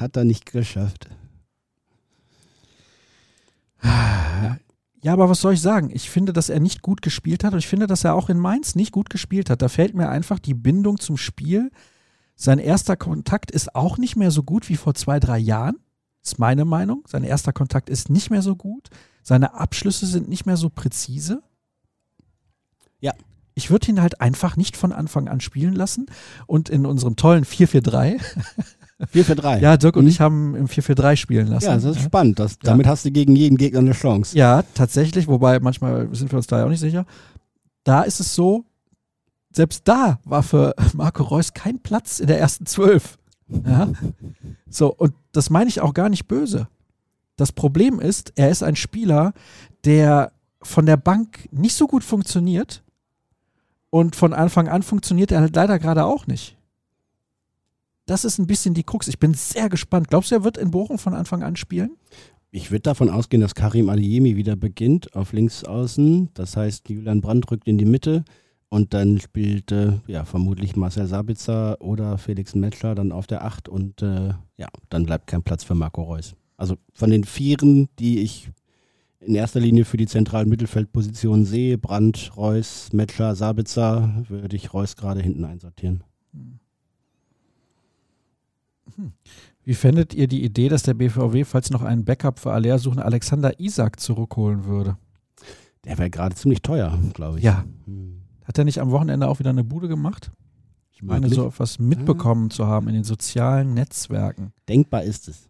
Ja, aber was soll ich sagen? Ich finde, dass er nicht gut gespielt hat und ich finde, dass er auch in Mainz nicht gut gespielt hat. Da fällt mir einfach die Bindung zum Spiel. Sein erster Kontakt ist auch nicht mehr so gut wie vor 2-3 Jahren. Ist meine Meinung. Sein erster Kontakt ist nicht mehr so gut. Seine Abschlüsse sind nicht mehr so präzise. Ja. Ich würde ihn halt einfach nicht von Anfang an spielen lassen und in unserem tollen 4-4-3 4-4-3. Ja, Dirk und ich haben im 4-4-3 spielen lassen. Ja, das ist spannend. Damit hast du gegen jeden Gegner eine Chance. Ja, tatsächlich, wobei manchmal sind wir uns da ja auch nicht sicher. Da ist es so, selbst da war für Marco Reus kein Platz in der ersten 12. Ja? So, und das meine ich auch gar nicht böse. Das Problem ist, er ist ein Spieler, der von der Bank nicht so gut funktioniert und von Anfang an funktioniert er halt leider gerade auch nicht. Das ist ein bisschen die Krux. Ich bin sehr gespannt. Glaubst du, er wird in Bochum von Anfang an spielen? Ich würde davon ausgehen, dass Karim Adeyemi wieder beginnt auf links außen. Das heißt, Julian Brandt rückt in die Mitte und dann spielt vermutlich Marcel Sabitzer oder Felix Metscher dann auf der 8 und dann bleibt kein Platz für Marco Reus. Also von den Vieren, die ich in erster Linie für die zentralen Mittelfeldpositionen sehe, Brandt, Reus, Metscher, Sabitzer, würde ich Reus gerade hinten einsortieren. Wie fändet ihr die Idee, dass der BVB, falls noch einen Backup für Aller suchen, Alexander Isak zurückholen würde? Der wäre gerade ziemlich teuer, glaube ich. Ja. Hat er nicht am Wochenende auch wieder eine Bude gemacht? Ich meine, so etwas mitbekommen zu haben in den sozialen Netzwerken. Denkbar ist es.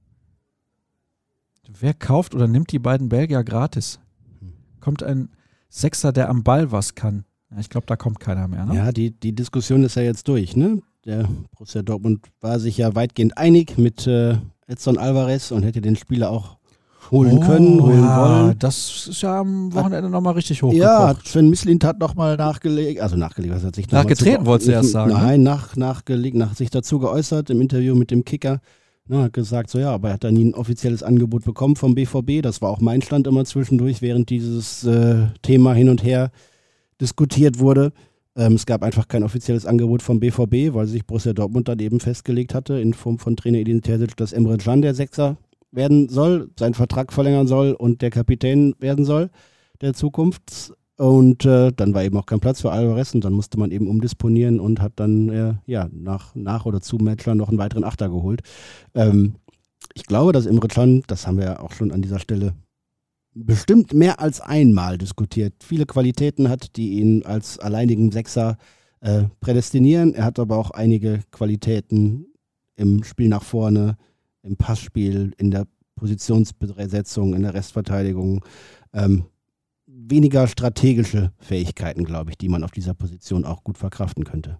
Wer kauft oder nimmt die beiden Belgier gratis? Kommt ein Sechser, der am Ball was kann? Ja, ich glaube, da kommt keiner mehr. Ne? Ja, die Diskussion ist ja jetzt durch, ne? Der Borussia Dortmund war sich ja weitgehend einig mit Edson Alvarez und hätte den Spieler auch holen wollen. Das ist ja am Wochenende nochmal richtig hochgekocht. Ja, Sven Mislintat hat nochmal nachgelegt, was hat sich nachgetreten, wolltest du erst sagen. Nein, nachgelegt, nach sich dazu geäußert im Interview mit dem Kicker. Hat gesagt, so ja, aber er hat da nie ein offizielles Angebot bekommen vom BVB. Das war auch mein Stand immer zwischendurch, während dieses Thema hin und her diskutiert wurde. Es gab einfach kein offizielles Angebot vom BVB, weil sich Borussia Dortmund dann eben festgelegt hatte, in Form von Trainer Edin Terzic, dass Emre Can der Sechser werden soll, seinen Vertrag verlängern soll und der Kapitän werden soll der Zukunft. Und dann war eben auch kein Platz für Alvarez und dann musste man eben umdisponieren und hat dann nach oder zu Mettler noch einen weiteren Achter geholt. Ich glaube, dass Emre Can, das haben wir ja auch schon an dieser Stelle bestimmt mehr als einmal diskutiert, viele Qualitäten hat, die ihn als alleinigen Sechser prädestinieren. Er hat aber auch einige Qualitäten im Spiel nach vorne, im Passspiel, in der Positionsbesetzung, in der Restverteidigung. Weniger strategische Fähigkeiten, glaube ich, die man auf dieser Position auch gut verkraften könnte.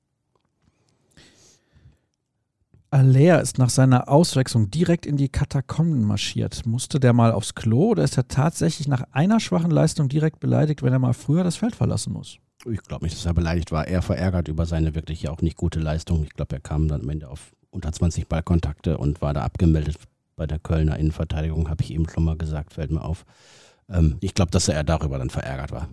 Aller ist nach seiner Auswechslung direkt in die Katakomben marschiert. Musste der mal aufs Klo oder ist er tatsächlich nach einer schwachen Leistung direkt beleidigt, wenn er mal früher das Feld verlassen muss? Ich glaube nicht, dass er beleidigt war. Er verärgert über seine wirklich ja auch nicht gute Leistung. Ich glaube, er kam dann am Ende auf unter 20 Ballkontakte und war da abgemeldet bei der Kölner Innenverteidigung, habe ich eben schon mal gesagt, fällt mir auf. Ich glaube, dass er darüber dann verärgert war.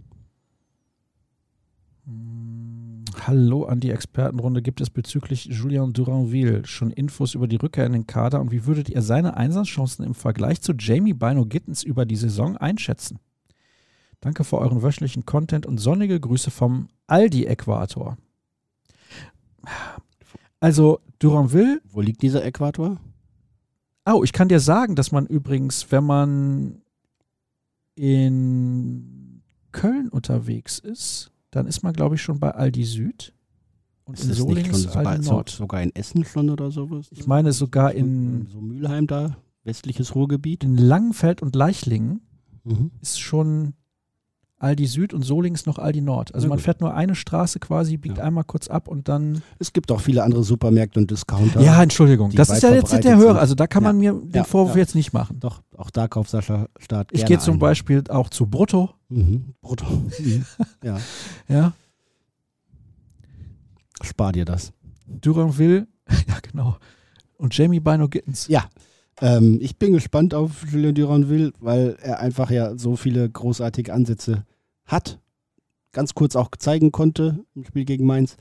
Hallo an die Expertenrunde. Gibt es bezüglich Julien Duranville schon Infos über die Rückkehr in den Kader und wie würdet ihr seine Einsatzchancen im Vergleich zu Jamie Bino Gittens über die Saison einschätzen? Danke für euren wöchentlichen Content und sonnige Grüße vom Aldi-Äquator. Also Duranville... Wo liegt dieser Äquator? Oh, ich kann dir sagen, dass man übrigens, wenn man in Köln unterwegs ist, dann ist man, glaube ich, schon bei Aldi Süd. Und ist in Solingen ist Aldi Nord. Sogar in Essen schon oder sowas? Ich meine sogar in... So Mülheim da, westliches Ruhrgebiet. In Langenfeld und Leichlingen ist schon Aldi Süd und Solingen ist noch Aldi Nord. Also man fährt nur eine Straße quasi, biegt einmal kurz ab und dann... Es gibt auch viele andere Supermärkte und Discounter. Ja, Entschuldigung. Das ist ja jetzt der Hörer. Also da kann man mir den Vorwurf jetzt nicht machen. Doch, auch da kauft Sascha Staat gerne. Ich gehe zum Beispiel auch zu Brutto. Brutto. Ja. Ja. Spar dir das. Duranville. Ja, genau. Und Jamie Bino Gittens. Ja. Ich bin gespannt auf Julien Duranville, weil er einfach ja so viele großartige Ansätze hat. Ganz kurz auch zeigen konnte im Spiel gegen Mainz.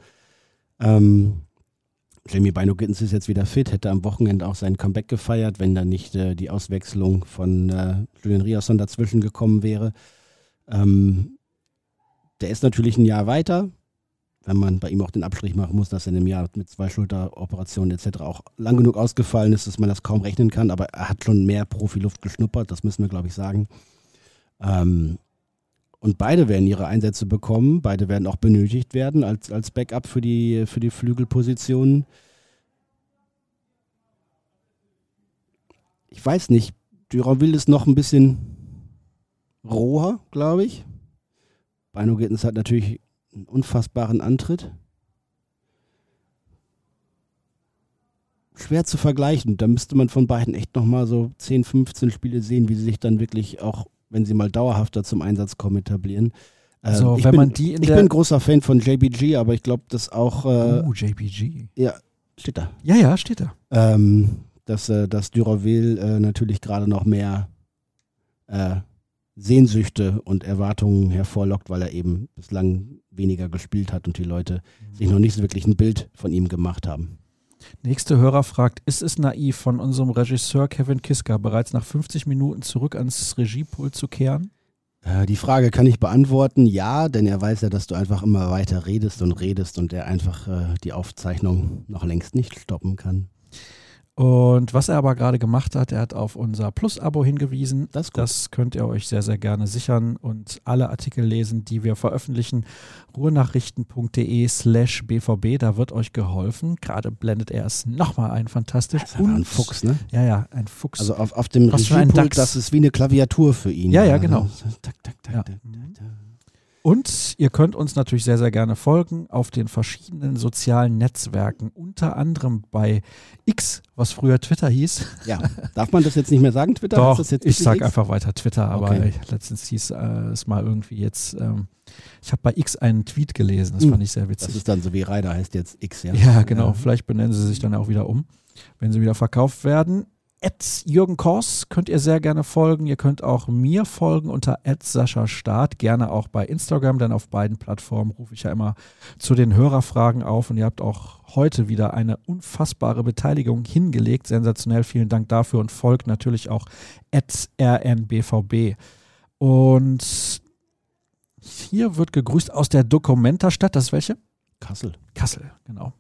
Jamie Bino Gittens ist jetzt wieder fit, hätte am Wochenende auch sein Comeback gefeiert, wenn da nicht die Auswechslung von Julian Riasson dazwischen gekommen wäre. Der ist natürlich ein Jahr weiter, wenn man bei ihm auch den Abstrich machen muss, dass er in einem Jahr mit 2 Schulteroperationen etc. auch lang genug ausgefallen ist, dass man das kaum rechnen kann, aber er hat schon mehr Profiluft geschnuppert, das müssen wir, glaube ich, sagen. Und beide werden ihre Einsätze bekommen, beide werden auch benötigt werden als Backup für die Flügelpositionen. Ich weiß nicht, Duranville ist noch ein bisschen roher, glaube ich. Bino Gittens hat natürlich einen unfassbaren Antritt. Schwer zu vergleichen. Da müsste man von beiden echt nochmal so 10, 15 Spiele sehen, wie sie sich dann wirklich auch, wenn sie mal dauerhafter zum Einsatz kommen, etablieren. Ich bin ein großer Fan von JBG, aber ich glaube, dass auch... JBG. Ja, steht da. Ja, steht da. Dass Duranville natürlich gerade noch mehr Sehnsüchte und Erwartungen hervorlockt, weil er eben bislang weniger gespielt hat und die Leute sich noch nicht so wirklich ein Bild von ihm gemacht haben. Nächste Hörer fragt, ist es naiv von unserem Regisseur Kevin Kiska bereits nach 50 Minuten zurück ans Regiepult zu kehren? Die Frage kann ich beantworten, ja, denn er weiß ja, dass du einfach immer weiter redest und er einfach die Aufzeichnung noch längst nicht stoppen kann. Und was er aber gerade gemacht hat, er hat auf unser Plus-Abo hingewiesen. Das könnt ihr euch sehr, sehr gerne sichern und alle Artikel lesen, die wir veröffentlichen. ruhrnachrichten.de/bvb, da wird euch geholfen. Gerade blendet er es nochmal ein, fantastisch. Das ist einfach ein Fuchs, ne? Ja, ein Fuchs. Also auf dem Regiepult, das ist wie eine Klaviatur für ihn. Ja, genau. Tak, tak, tak, tak. Und ihr könnt uns natürlich sehr, sehr gerne folgen auf den verschiedenen sozialen Netzwerken, unter anderem bei X, was früher Twitter hieß. Ja, darf man das jetzt nicht mehr sagen, Twitter? Doch, das jetzt ich sage einfach weiter Twitter, aber okay. Letztens hieß es mal irgendwie jetzt, ich habe bei X einen Tweet gelesen, das fand ich sehr witzig. Das ist dann so wie Ryder, heißt jetzt X, ja? Ja, genau, vielleicht benennen sie sich dann auch wieder um, wenn sie wieder verkauft werden. @Jürgen Kors könnt ihr sehr gerne folgen. Ihr könnt auch mir folgen unter @SaschaStaat. Gerne auch bei Instagram, denn auf beiden Plattformen rufe ich ja immer zu den Hörerfragen auf. Und ihr habt auch heute wieder eine unfassbare Beteiligung hingelegt. Sensationell, vielen Dank dafür und folgt natürlich auch @rnbvb. Und hier wird gegrüßt aus der Documenta-Stadt. Das ist welche? Kassel, genau.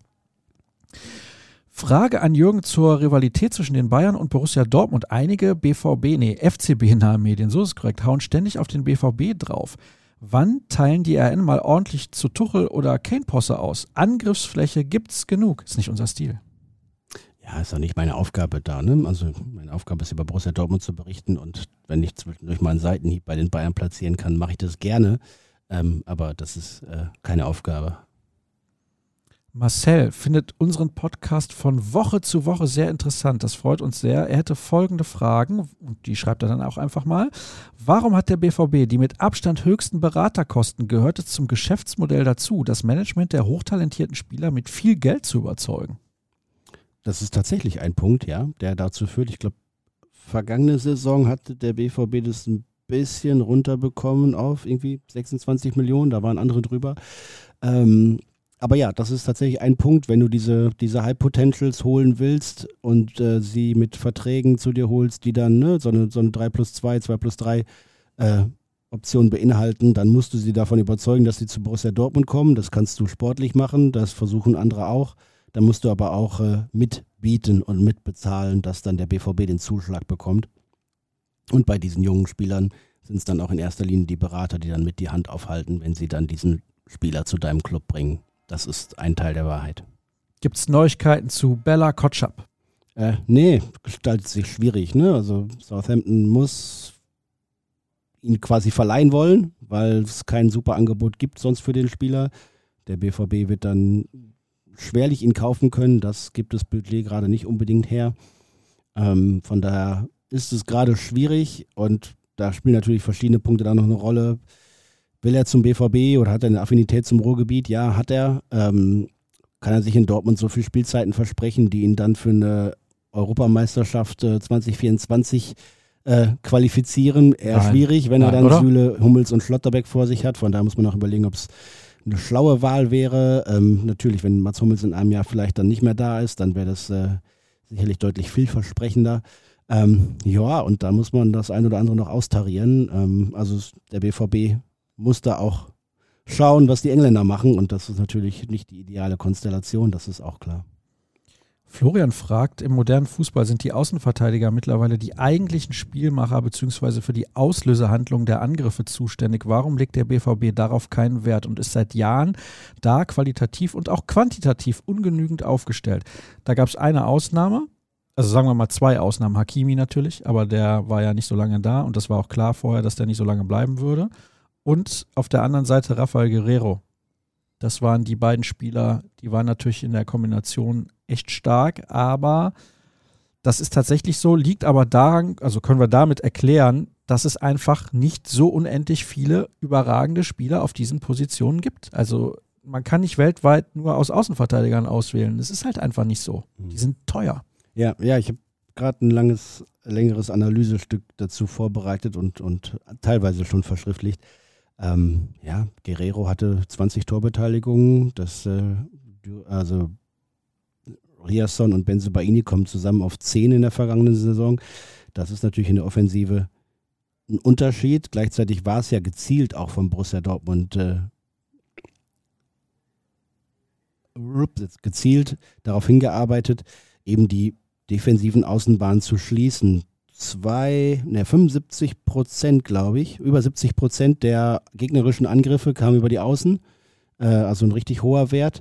Frage an Jürgen zur Rivalität zwischen den Bayern und Borussia Dortmund. Einige FCB-nahe Medien, so ist es korrekt, hauen ständig auf den BVB drauf. Wann teilen die RN mal ordentlich zu Tuchel oder Kane-Posse aus? Angriffsfläche gibt's genug. Ist nicht unser Stil. Ja, ist auch nicht meine Aufgabe da, ne? Also meine Aufgabe ist über Borussia Dortmund zu berichten und wenn ich zwischendurch mal einen Seitenhieb bei den Bayern platzieren kann, mache ich das gerne. Aber das ist keine Aufgabe. Marcel findet unseren Podcast von Woche zu Woche sehr interessant. Das freut uns sehr. Er hätte folgende Fragen, und die schreibt er dann auch einfach mal. Warum hat der BVB die mit Abstand höchsten Beraterkosten? Gehört es zum Geschäftsmodell dazu, das Management der hochtalentierten Spieler mit viel Geld zu überzeugen? Das ist tatsächlich ein Punkt, ja, der dazu führt. Ich glaube, vergangene Saison hatte der BVB das ein bisschen runterbekommen auf irgendwie 26 Millionen. Da waren andere drüber. Aber ja, das ist tatsächlich ein Punkt, wenn du diese High Potentials holen willst und sie mit Verträgen zu dir holst, die dann so eine 3+2, 2+3 Option beinhalten, dann musst du sie davon überzeugen, dass sie zu Borussia Dortmund kommen. Das kannst du sportlich machen, das versuchen andere auch. Da musst du aber auch mitbieten und mitbezahlen, dass dann der BVB den Zuschlag bekommt. Und bei diesen jungen Spielern sind es dann auch in erster Linie die Berater, die dann mit die Hand aufhalten, wenn sie dann diesen Spieler zu deinem Club bringen. Das ist ein Teil der Wahrheit. Gibt es Neuigkeiten zu Bella Kotschap? Nee, gestaltet sich schwierig, ne? Also Southampton muss ihn quasi verleihen wollen, weil es kein super Angebot gibt sonst für den Spieler. Der BVB wird dann schwerlich ihn kaufen können, das gibt das Budget gerade nicht unbedingt her. Von daher ist es gerade schwierig und da spielen natürlich verschiedene Punkte da noch eine Rolle. Will er zum BVB oder hat er eine Affinität zum Ruhrgebiet? Ja, hat er. Kann er sich in Dortmund so viele Spielzeiten versprechen, die ihn dann für eine Europameisterschaft 2024 qualifizieren? Eher schwierig, wenn er dann Süle, Hummels und Schlotterbeck vor sich hat. Von daher muss man auch überlegen, ob es eine schlaue Wahl wäre. Natürlich, wenn Mats Hummels in einem Jahr vielleicht dann nicht mehr da ist, dann wäre das sicherlich deutlich vielversprechender. Ja, und da muss man das ein oder andere noch austarieren. Also der BVB muss da auch schauen, was die Engländer machen. Und das ist natürlich nicht die ideale Konstellation, das ist auch klar. Florian fragt, im modernen Fußball sind die Außenverteidiger mittlerweile die eigentlichen Spielmacher bzw. für die Auslösehandlung der Angriffe zuständig. Warum legt der BVB darauf keinen Wert und ist seit Jahren da qualitativ und auch quantitativ ungenügend aufgestellt? Da gab es eine Ausnahme, also sagen wir mal 2 Ausnahmen. Hakimi natürlich, aber der war ja nicht so lange da und das war auch klar vorher, dass der nicht so lange bleiben würde. Und auf der anderen Seite Rafael Guerreiro. Das waren die beiden Spieler, die waren natürlich in der Kombination echt stark, aber das ist tatsächlich so, liegt aber daran, also können wir damit erklären, dass es einfach nicht so unendlich viele überragende Spieler auf diesen Positionen gibt. Also man kann nicht weltweit nur aus Außenverteidigern auswählen. Das ist halt einfach nicht so. Die sind teuer. Ja, ich habe gerade ein längeres Analysestück dazu vorbereitet und teilweise schon verschriftlicht. Guerreiro hatte 20 Torbeteiligungen, also Riasson und Bensebaini kommen zusammen auf 10 in der vergangenen Saison. Das ist natürlich in der Offensive ein Unterschied. Gleichzeitig war es ja gezielt auch von Borussia Dortmund gezielt darauf hingearbeitet, eben die defensiven Außenbahnen zu schließen. 75%, glaube ich, über 70% der gegnerischen Angriffe kamen über die Außen, also ein richtig hoher Wert.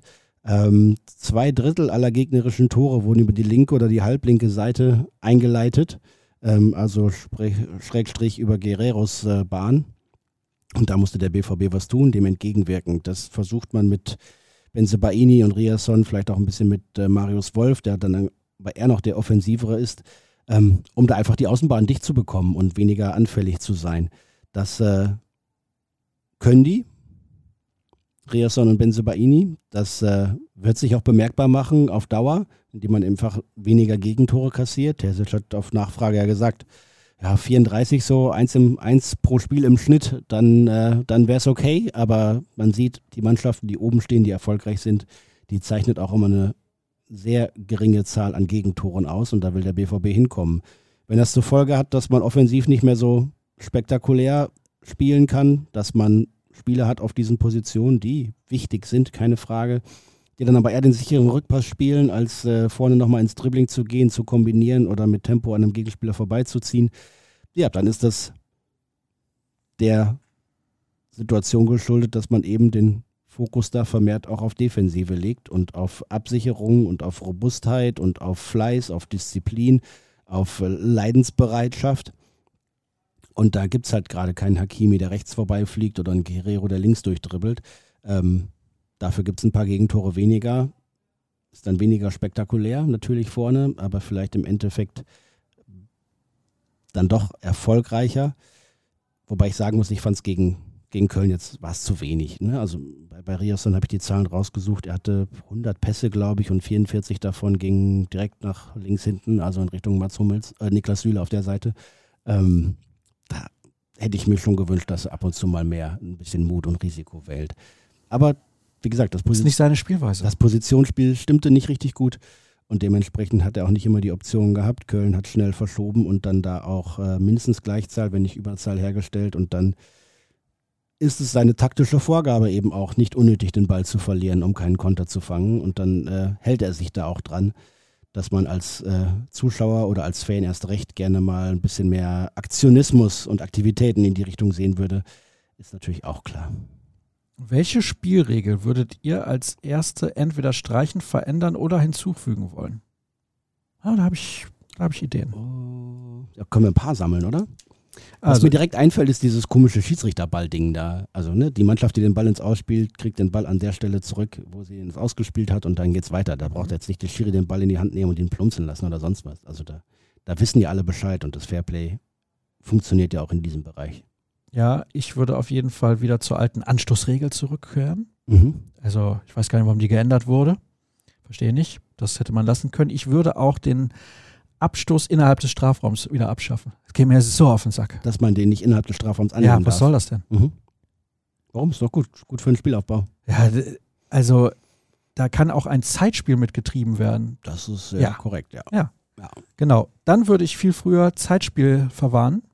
2/3 aller gegnerischen Tore wurden über die linke oder die halblinke Seite eingeleitet, also Schrägstrich über Guerreiros Bahn. Und da musste der BVB was tun, dem entgegenwirken. Das versucht man mit Bensebaini und Riasson, vielleicht auch ein bisschen mit Marius Wolf, der dann aber eher noch der Offensivere ist, um da einfach die Außenbahn dicht zu bekommen und weniger anfällig zu sein. Das können die, Riasson und Bensebaini. Das wird sich auch bemerkbar machen auf Dauer, indem man einfach weniger Gegentore kassiert. Terzic hat auf Nachfrage ja gesagt, 34 so, 1 pro Spiel im Schnitt, dann wäre es okay. Aber man sieht, die Mannschaften, die oben stehen, die erfolgreich sind, die zeichnet auch immer eine sehr geringe Zahl an Gegentoren aus und da will der BVB hinkommen. Wenn das zur Folge hat, dass man offensiv nicht mehr so spektakulär spielen kann, dass man Spieler hat auf diesen Positionen, die wichtig sind, keine Frage, die dann aber eher den sicheren Rückpass spielen, als vorne nochmal ins Dribbling zu gehen, zu kombinieren oder mit Tempo an einem Gegenspieler vorbeizuziehen, ja, dann ist das der Situation geschuldet, dass man eben den Fokus da vermehrt auch auf Defensive legt und auf Absicherung und auf Robustheit und auf Fleiß, auf Disziplin, auf Leidensbereitschaft. Und da gibt es halt gerade keinen Hakimi, der rechts vorbeifliegt oder einen Guerreiro, der links durchdribbelt. Dafür gibt es ein paar Gegentore weniger. Ist dann weniger spektakulär natürlich vorne, aber vielleicht im Endeffekt dann doch erfolgreicher. Wobei ich sagen muss, ich fand es gegen Köln jetzt war es zu wenig. Ne? Also bei Riasson habe ich die Zahlen rausgesucht. Er hatte 100 Pässe, glaube ich, und 44 davon gingen direkt nach links hinten, also in Richtung Mats Hummels, Niklas Süle auf der Seite. Da hätte ich mir schon gewünscht, dass er ab und zu mal mehr ein bisschen Mut und Risiko wählt. Aber wie gesagt, das ist nicht seine Spielweise. Das Positionsspiel stimmte nicht richtig gut und dementsprechend hat er auch nicht immer die Optionen gehabt. Köln hat schnell verschoben und dann da auch mindestens Gleichzahl, wenn nicht Überzahl hergestellt und dann ist es seine taktische Vorgabe eben auch, nicht unnötig den Ball zu verlieren, um keinen Konter zu fangen. Und dann hält er sich da auch dran, dass man als Zuschauer oder als Fan erst recht gerne mal ein bisschen mehr Aktionismus und Aktivitäten in die Richtung sehen würde, ist natürlich auch klar. Welche Spielregel würdet ihr als erste entweder streichen, verändern oder hinzufügen wollen? Da habe ich Ideen. Ja, können wir ein paar sammeln, oder? Was mir direkt einfällt, ist dieses komische Schiedsrichterball-Ding da. Also die Mannschaft, die den Ball ins Ausspielt, kriegt den Ball an der Stelle zurück, wo sie ins Ausgespielt hat und dann geht's weiter. Da braucht jetzt nicht der Schiri den Ball in die Hand nehmen und ihn plumpsen lassen oder sonst was. Also da wissen ja alle Bescheid und das Fairplay funktioniert ja auch in diesem Bereich. Ja, ich würde auf jeden Fall wieder zur alten Anstoßregel zurückkehren. Also ich weiß gar nicht, warum die geändert wurde. Verstehe nicht. Das hätte man lassen können. Ich würde auch den Abstoß innerhalb des Strafraums wieder abschaffen. Das käme mir so auf den Sack. Dass man den nicht innerhalb des Strafraums annehmen darf. Ja, was soll das denn? Warum? Ist doch gut. Gut für den Spielaufbau. Ja, also da kann auch ein Zeitspiel mitgetrieben werden. Das ist korrekt, ja. Ja, genau. Dann würde ich viel früher Zeitspiel verwahren.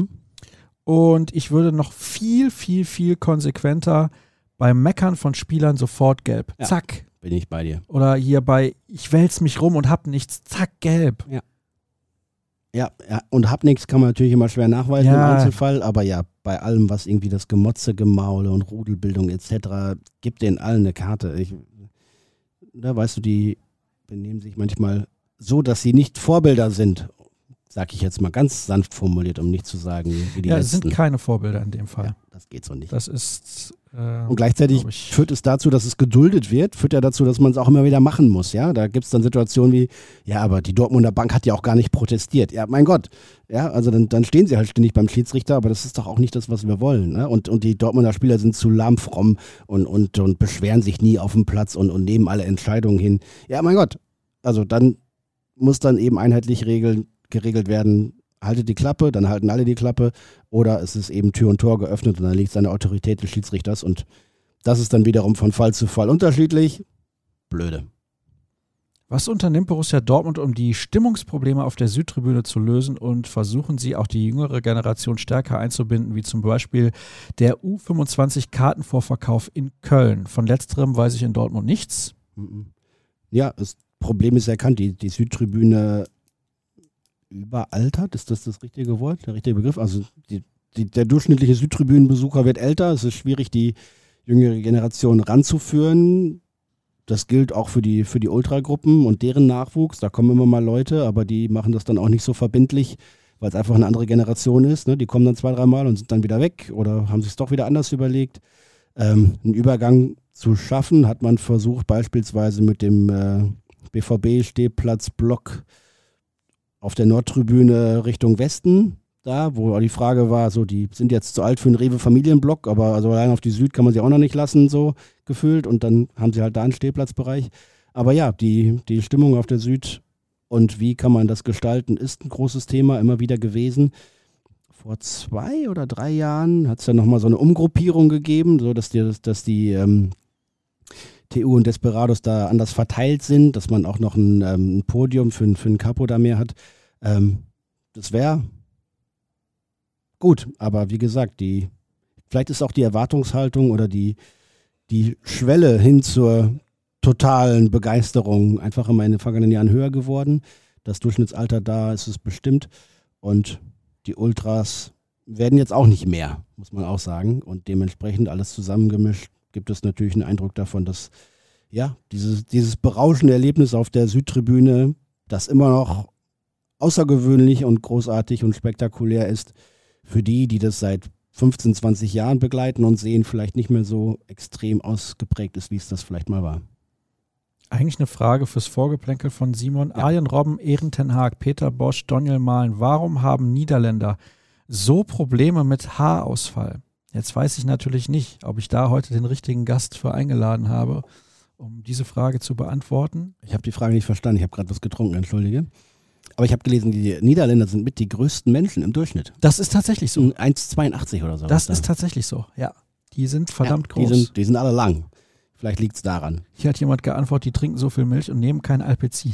Und ich würde noch viel, viel, viel konsequenter beim Meckern von Spielern sofort gelb. Ja, zack. Bin ich bei dir. Oder hier bei ich wälz mich rum und hab nichts. Zack, gelb. Ja, und hab nichts kann man natürlich immer schwer nachweisen im Einzelfall, aber ja, bei allem, was irgendwie das Gemotze, Gemaule und Rudelbildung etc., gibt denen allen eine Karte. Da weißt du, die benehmen sich manchmal so, dass sie nicht Vorbilder sind, sag ich jetzt mal ganz sanft formuliert, um nicht zu sagen, wie die letzten. Ja, sind keine Vorbilder in dem Fall. Ja, das geht so nicht. Das ist und gleichzeitig führt es dazu, dass es geduldet wird, führt ja dazu, dass man es auch immer wieder machen muss, ja. Da gibt es dann Situationen wie, ja, aber die Dortmunder Bank hat ja auch gar nicht protestiert. Ja, mein Gott. Ja, also dann stehen sie halt ständig beim Schiedsrichter, aber das ist doch auch nicht das, was wir wollen. Ne? Und die Dortmunder Spieler sind zu lahmfromm und beschweren sich nie auf dem Platz und nehmen alle Entscheidungen hin. Ja, mein Gott. Also dann muss dann eben einheitlich geregelt werden, haltet die Klappe, dann halten alle die Klappe, oder es ist eben Tür und Tor geöffnet und dann liegt es an der Autorität des Schiedsrichters und das ist dann wiederum von Fall zu Fall unterschiedlich. Blöde. Was unternimmt Borussia Dortmund, um die Stimmungsprobleme auf der Südtribüne zu lösen, und versuchen sie auch die jüngere Generation stärker einzubinden, wie zum Beispiel der U25-Kartenvorverkauf in Köln? Von letzterem weiß ich in Dortmund nichts. Ja, das Problem ist erkannt, die Südtribüne überaltert, ist das richtige Wort, der richtige Begriff? Also der durchschnittliche Südtribünenbesucher wird älter, es ist schwierig, die jüngere Generation ranzuführen. Das gilt auch für die Ultragruppen und deren Nachwuchs, da kommen immer mal Leute, aber die machen das dann auch nicht so verbindlich, weil es einfach eine andere Generation ist. Ne? Die kommen dann 2-3 Mal und sind dann wieder weg oder haben sich es doch wieder anders überlegt. Einen Übergang zu schaffen, hat man versucht, beispielsweise mit dem BVB-Stehplatzblock auf der Nordtribüne Richtung Westen, da, wo die Frage war, so, die sind jetzt zu alt für einen Rewe-Familienblock, aber also allein auf die Süd kann man sie auch noch nicht lassen, so gefühlt, und dann haben sie halt da einen Stehplatzbereich. Aber ja, die Stimmung auf der Süd und wie kann man das gestalten, ist ein großes Thema, immer wieder gewesen. Vor 2 oder 3 Jahren hat es ja nochmal so eine Umgruppierung gegeben, so dass die TU und Desperados da anders verteilt sind, dass man auch noch ein Podium für einen Capo da mehr hat. Das wäre gut, aber wie gesagt, vielleicht ist auch die Erwartungshaltung oder die Schwelle hin zur totalen Begeisterung einfach immer in den vergangenen Jahren höher geworden. Das Durchschnittsalter da ist es bestimmt und die Ultras werden jetzt auch nicht mehr, muss man auch sagen, und dementsprechend alles zusammengemischt gibt es natürlich einen Eindruck davon, dass ja, dieses berauschende Erlebnis auf der Südtribüne, das immer noch außergewöhnlich und großartig und spektakulär ist, für die das seit 15, 20 Jahren begleiten und sehen, vielleicht nicht mehr so extrem ausgeprägt ist, wie es das vielleicht mal war. Eigentlich eine Frage fürs Vorgeplänkel von Simon. Ja. Arjen Robben, Ehren ten Hag, Peter Bosch, Daniel Mahlen. Warum haben Niederländer so Probleme mit Haarausfall? Jetzt weiß ich natürlich nicht, ob ich da heute den richtigen Gast für eingeladen habe, um diese Frage zu beantworten. Ich habe die Frage nicht verstanden. Ich habe gerade was getrunken, entschuldige. Aber ich habe gelesen, die Niederländer sind mit die größten Menschen im Durchschnitt. Das ist tatsächlich so. 1,82 oder so. Das ist tatsächlich so, ja. Die sind verdammt groß. Die sind alle lang. Vielleicht liegt es daran. Hier hat jemand geantwortet, die trinken so viel Milch und nehmen kein Alpecin.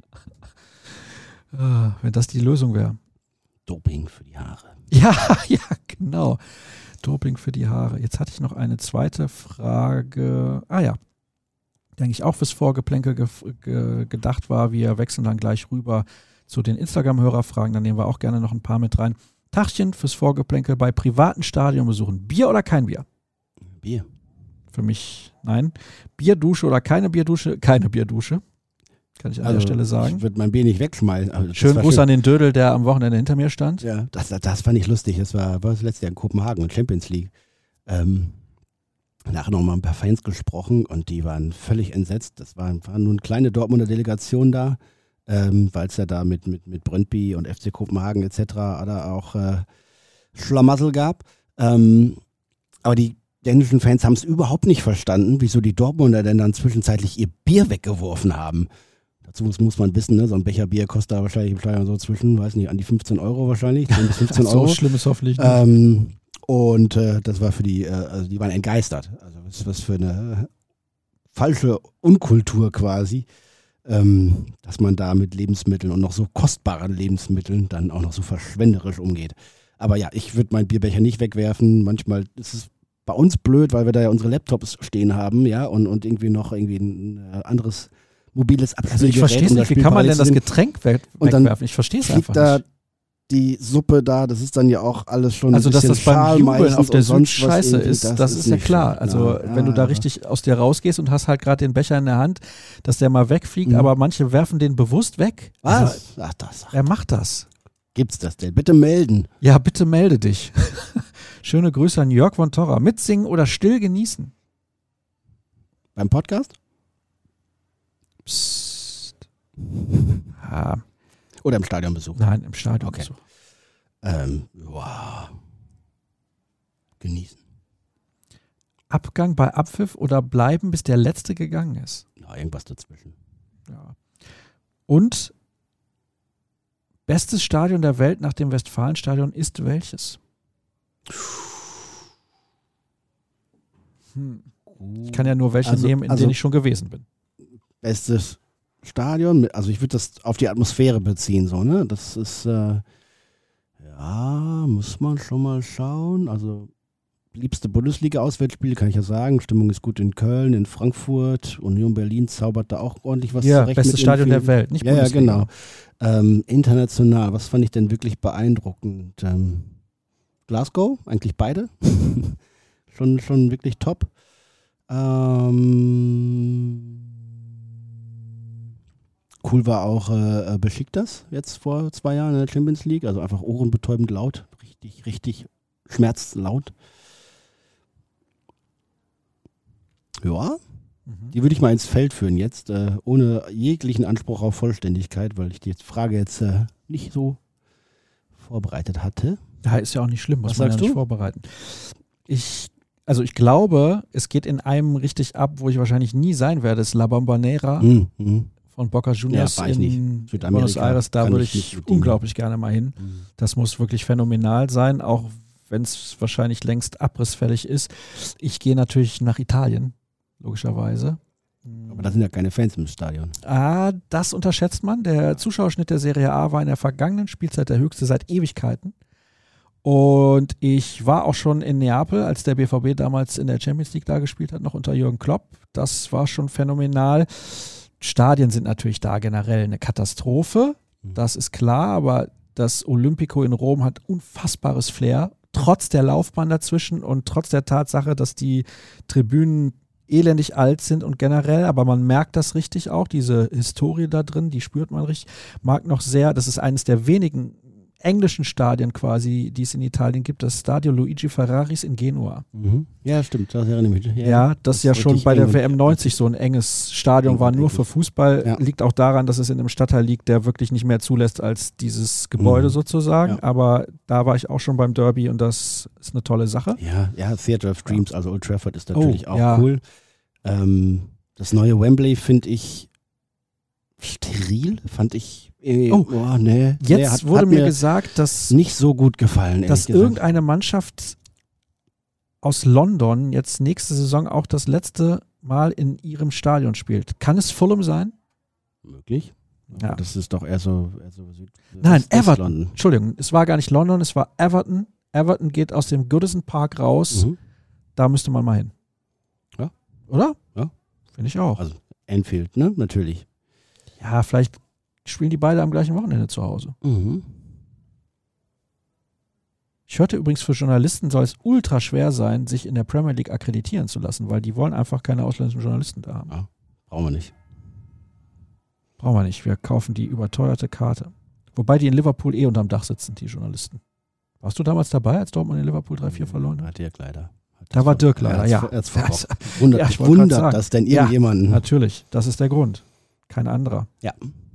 Wenn das die Lösung wäre. Doping für die Haare. Ja, genau. Doping für die Haare. Jetzt hatte ich noch eine zweite Frage. Die eigentlich auch fürs Vorgeplänkel gedacht war. Wir wechseln dann gleich rüber zu den Instagram-Hörerfragen. Dann nehmen wir auch gerne noch ein paar mit rein. Tachchen fürs Vorgeplänkel bei privaten Stadionbesuchen. Bier oder kein Bier? Bier. Für mich nein. Bierdusche oder keine Bierdusche? Keine Bierdusche. Kann ich an der Stelle sagen. Ich würde mein Bier nicht wegschmeißen. Also schönen Gruß an den Dödel, der am Wochenende hinter mir stand. Ja, das fand ich lustig. Das war das letzte Jahr in Kopenhagen und Champions League. Nachher noch mal ein paar Fans gesprochen und die waren völlig entsetzt. Das war nur eine kleine Dortmunder Delegation da, weil es ja da mit Brøndby und FC Kopenhagen etc. da auch Schlamassel gab. Aber die dänischen Fans haben es überhaupt nicht verstanden, wieso die Dortmunder denn dann zwischenzeitlich ihr Bier weggeworfen haben. Dazu muss man wissen, ne, so ein Becher Bier kostet da wahrscheinlich im Stadion so zwischen, weiß nicht, an die 15 Euro wahrscheinlich, 10 bis 15 Euro. So schlimm ist hoffentlich nicht. Und das war für die, also die waren entgeistert. Also was für eine falsche Unkultur quasi, dass man da mit Lebensmitteln und noch so kostbaren Lebensmitteln dann auch noch so verschwenderisch umgeht. Aber ja, ich würde meinen Bierbecher nicht wegwerfen. Manchmal ist es bei uns blöd, weil wir da ja unsere Laptops stehen haben, ja, und irgendwie noch ein anderes mobiles Abspielgerät. Also ich verstehe es nicht, wie kann man denn das Getränk wegwerfen? Ich verstehe es einfach da nicht. Die Suppe da, das ist dann ja auch alles schon also, ein bisschen dass das beim Jubeln auf der Süd scheiße ist, das ist ja klar. Schön. Also, wenn du da richtig aus dir rausgehst und hast halt gerade den Becher in der Hand, dass der mal wegfliegt, aber manche werfen den bewusst weg. Was? Also, er macht das. Gibt's das denn? Bitte melden. Ja, bitte melde dich. Schöne Grüße an Jörg von Torra. Mitsingen oder still genießen? Beim Podcast? Psst. Ja. Oder im Stadionbesuch? Nein, im Stadionbesuch. Okay. Wow. Genießen. Abgang bei Abpfiff oder bleiben, bis der Letzte gegangen ist? Na, irgendwas dazwischen. Ja. Und bestes Stadion der Welt nach dem Westfalenstadion ist welches? Ich kann ja nur welche nehmen, in denen ich schon gewesen bin. Bestes Stadion, also ich würde das auf die Atmosphäre beziehen, so, ne? Das ist, ja, muss man schon mal schauen. Also liebste Bundesliga-Auswärtsspiele, kann ich ja sagen. Stimmung ist gut in Köln, in Frankfurt. Union Berlin zaubert da auch ordentlich was zurecht. Ja, bestes Stadion der Welt, nicht Bundesliga. Ja, genau. International, was fand ich denn wirklich beeindruckend? Glasgow, eigentlich beide. schon wirklich top. Cool war auch Besiktas jetzt vor 2 Jahren in der Champions League. Also einfach ohrenbetäubend laut. Richtig schmerzlaut. Ja, die würde ich mal ins Feld führen jetzt, ohne jeglichen Anspruch auf Vollständigkeit, weil ich die Frage jetzt nicht so vorbereitet hatte. Ja, ist ja auch nicht schlimm, muss Was man ja sagst nicht du? vorbereiten. Ich glaube, es geht in einem richtig ab, wo ich wahrscheinlich nie sein werde, ist La Bombonera von Boca Juniors in Buenos Aires. Da würde ich unglaublich gerne mal hin. Das muss wirklich phänomenal sein, auch wenn es wahrscheinlich längst abrissfällig ist. Ich gehe natürlich nach Italien, logischerweise. Aber da sind ja keine Fans im Stadion. Das unterschätzt man. Der Zuschauerschnitt der Serie A war in der vergangenen Spielzeit der höchste seit Ewigkeiten. Und ich war auch schon in Neapel, als der BVB damals in der Champions League da gespielt hat, noch unter Jürgen Klopp. Das war schon phänomenal. Stadien sind natürlich da generell eine Katastrophe, das ist klar, aber das Olympico in Rom hat unfassbares Flair, trotz der Laufbahn dazwischen und trotz der Tatsache, dass die Tribünen elendig alt sind und generell, aber man merkt das richtig auch, diese Historie da drin, die spürt man richtig, mag noch sehr, das ist eines der wenigen englischen Stadien quasi, die es in Italien gibt, das Stadio Luigi Ferraris in Genua. Ja, stimmt, das erinnere mich. Ja, das ja schon bei der WM 90 so ein enges Stadion war, nur für Fußball. Ja. Liegt auch daran, dass es in einem Stadtteil liegt, der wirklich nicht mehr zulässt als dieses Gebäude sozusagen. Ja. Aber da war ich auch schon beim Derby und das ist eine tolle Sache. Ja, Theatre of Dreams, also Old Trafford ist natürlich auch cool. Das neue Wembley finde ich steril, fand ich jetzt wurde mir gesagt, dass nicht so gut gefallen, dass irgendeine Mannschaft aus London jetzt nächste Saison auch das letzte Mal in ihrem Stadion spielt. Kann es Fulham sein? Möglich. Ja. Das ist doch eher so Nein, Everton. London. Entschuldigung, es war gar nicht London, es war Everton. Everton geht aus dem Goodison Park raus. Da müsste man mal hin. Ja. Oder? Ja. Finde ich auch. Also Anfield, ne? Natürlich. Ja, vielleicht spielen die beide am gleichen Wochenende zu Hause. Ich hörte übrigens, für Journalisten soll es ultra schwer sein, sich in der Premier League akkreditieren zu lassen, weil die wollen einfach keine ausländischen Journalisten da haben. Ja, brauchen wir nicht. Brauchen wir nicht. Wir kaufen die überteuerte Karte. Wobei die in Liverpool unterm Dach sitzen, die Journalisten. Warst du damals dabei, als Dortmund in Liverpool 3-4 verloren hat? Dirk leider. Da war Dirk leider, ja. Wundert das denn irgendjemanden? Ja, natürlich. Das ist der Grund. Kein anderer. Ja.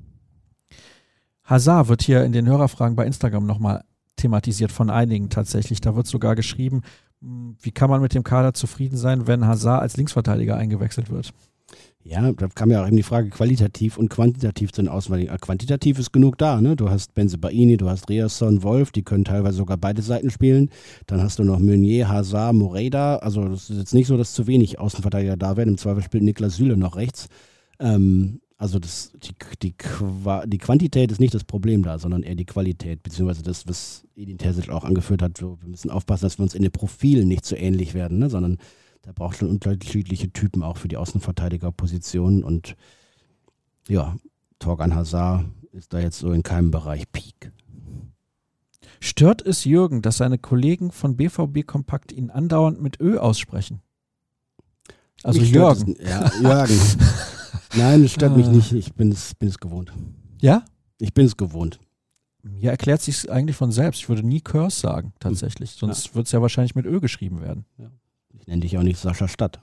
Hazard wird hier in den Hörerfragen bei Instagram nochmal thematisiert von einigen tatsächlich. Da wird sogar geschrieben, wie kann man mit dem Kader zufrieden sein, wenn Hazard als Linksverteidiger eingewechselt wird? Ja, da kam ja auch eben die Frage qualitativ und quantitativ zu den Auswahl. Quantitativ ist genug da, ne? Du hast Bensebaini, du hast Riasson, Wolf, die können teilweise sogar beide Seiten spielen. Dann hast du noch Meunier, Hazard, Moreira. Also das ist jetzt nicht so, dass zu wenig Außenverteidiger da werden. Im Zweifel spielt Niklas Süle noch rechts. Also die Quantität ist nicht das Problem da, sondern eher die Qualität, beziehungsweise das, was Edin Terzic auch angeführt hat. Wir müssen aufpassen, dass wir uns in den Profilen nicht so ähnlich werden, ne? Sondern da braucht schon unterschiedliche Typen auch für die Außenverteidigerpositionen. Und ja, Thorgan Hazard ist da jetzt so in keinem Bereich Peak. Stört es Jürgen, dass seine Kollegen von BVB Kompakt ihn andauernd mit Ö aussprechen? Also Jürgen. Jürgen. Nein, es stört mich nicht. Ich bin es gewohnt. Ja? Ich bin es gewohnt. Ja, erklärt sich eigentlich von selbst. Ich würde nie Curse sagen, tatsächlich. Sonst wird es ja wahrscheinlich mit Ö geschrieben werden. Ja. Ich nenne dich auch nicht Sascha Stadt.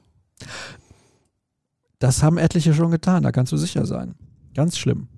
Das haben etliche schon getan, da kannst du sicher sein. Ganz schlimm.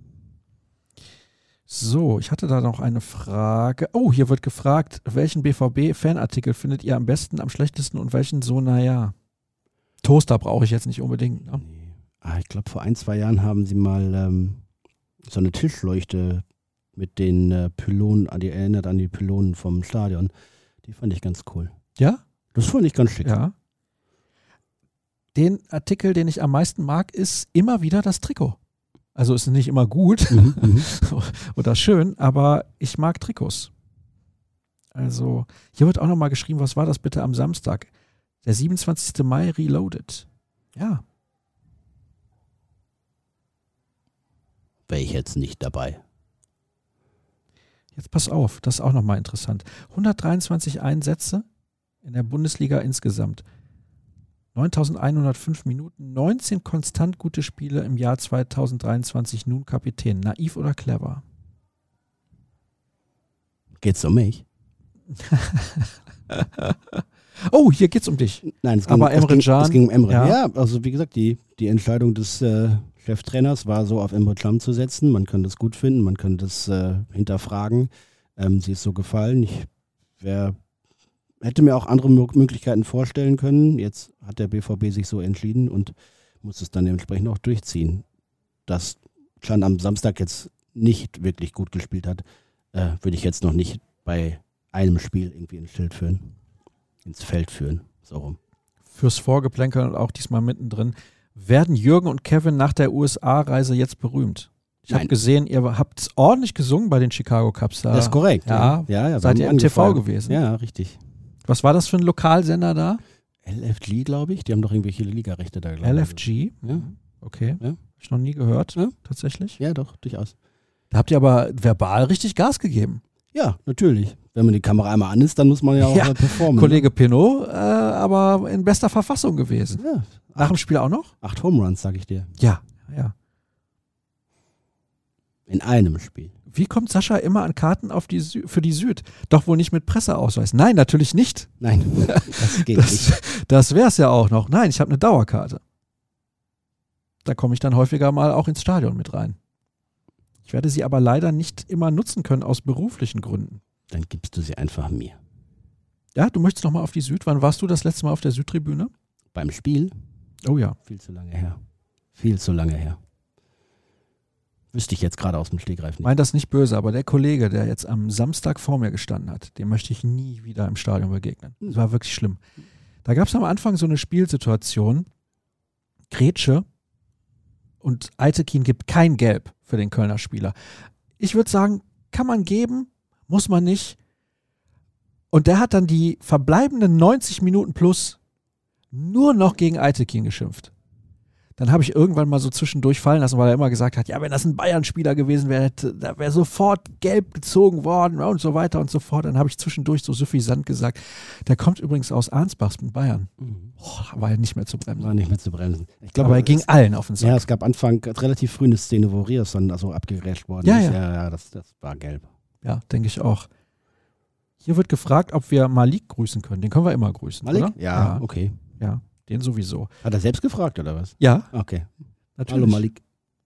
So, ich hatte da noch eine Frage. Oh, hier wird gefragt, welchen BVB-Fanartikel findet ihr am besten, am schlechtesten und welchen so, naja. Toaster brauche ich jetzt nicht unbedingt. Ne? Nee. Ich glaube, vor 1-2 Jahren haben sie mal so eine Tischleuchte mit den Pylonen, die erinnert an die Pylonen vom Stadion. Die fand ich ganz cool. Ja? Das fand ich ganz schick. Ja. Den Artikel, den ich am meisten mag, ist immer wieder das Trikot. Also ist nicht immer gut oder schön, aber ich mag Trikots. Also hier wird auch nochmal geschrieben, was war das bitte am Samstag? Der 27. Mai Reloaded. Ja. Wäre ich jetzt nicht dabei. Jetzt pass auf, das ist auch nochmal interessant. 123 Einsätze in der Bundesliga insgesamt. 9.105 Minuten, 19 konstant gute Spiele im Jahr 2023, nun Kapitän. Naiv oder clever? Geht's um mich? Oh, hier geht's um dich. Nein, es ging um Emre. Ja, also wie gesagt, die Entscheidung des Cheftrainers war so, auf Emre Can zu setzen. Man könnte es gut finden, man könnte es hinterfragen. Sie ist so gefallen. Hätte mir auch andere Möglichkeiten vorstellen können. Jetzt hat der BVB sich so entschieden und muss es dann dementsprechend auch durchziehen. Dass Can am Samstag jetzt nicht wirklich gut gespielt hat, würde ich jetzt noch nicht bei einem Spiel irgendwie ins Feld führen. So rum. Fürs Vorgeplänkel und auch diesmal mittendrin. Werden Jürgen und Kevin nach der USA-Reise jetzt berühmt? Ich habe gesehen, ihr habt ordentlich gesungen bei den Chicago Cubs. Das ist korrekt. Ja. Seid ihr im TV gewesen? Ja, richtig. Was war das für ein Lokalsender da? LFG, glaube ich. Die haben doch irgendwelche Ligarechte da, glaube ich. LFG? Ja. Okay. Ja. Hab ich noch nie gehört, tatsächlich. Ja, doch, durchaus. Da habt ihr aber verbal richtig Gas gegeben. Ja, natürlich. Wenn man die Kamera einmal an ist, dann muss man ja auch performen. Kollege Pinot, aber in bester Verfassung gewesen. Ja. Nach dem Spiel auch noch? 8 Home Runs, sag ich dir. Ja. In einem Spiel. Wie kommt Sascha immer an Karten für die Süd? Doch wohl nicht mit Presseausweis. Nein, natürlich nicht. Nein, das geht nicht. Das wäre es ja auch noch. Nein, ich habe eine Dauerkarte. Da komme ich dann häufiger mal auch ins Stadion mit rein. Ich werde sie aber leider nicht immer nutzen können aus beruflichen Gründen. Dann gibst du sie einfach mir. Ja, du möchtest noch mal auf die Süd. Wann warst du das letzte Mal auf der Südtribüne? Beim Spiel? Oh ja. Viel zu lange her. Wüsste ich jetzt gerade aus dem Stegreif nicht. Ich meine das nicht böse, aber der Kollege, der jetzt am Samstag vor mir gestanden hat, dem möchte ich nie wieder im Stadion begegnen. Das war wirklich schlimm. Da gab es am Anfang so eine Spielsituation. Grätsche und Eitekin gibt kein Gelb für den Kölner Spieler. Ich würde sagen, kann man geben, muss man nicht. Und der hat dann die verbleibenden 90 Minuten plus nur noch gegen Eitekin geschimpft. Dann habe ich irgendwann mal so zwischendurch fallen lassen, weil er immer gesagt hat, ja, wenn das ein Bayern-Spieler gewesen wäre, da wäre sofort gelb gezogen worden und so weiter und so fort. Dann habe ich zwischendurch so suffisant gesagt, der kommt übrigens aus Arnsbach mit Bayern. War ja nicht mehr zu bremsen. War nicht mehr zu bremsen. Ich glaube, aber er ging allen auf den Sack. Ja, es gab Anfang relativ früh eine Szene, wo Riasson also abgegrätscht worden ist. Ja, das war gelb. Ja, denke ich auch. Hier wird gefragt, ob wir Malik grüßen können. Den können wir immer grüßen, Malik? oder? Ja, okay. Ja, den sowieso. Hat er selbst gefragt, oder was? Ja. Okay. Natürlich. Hallo Malik.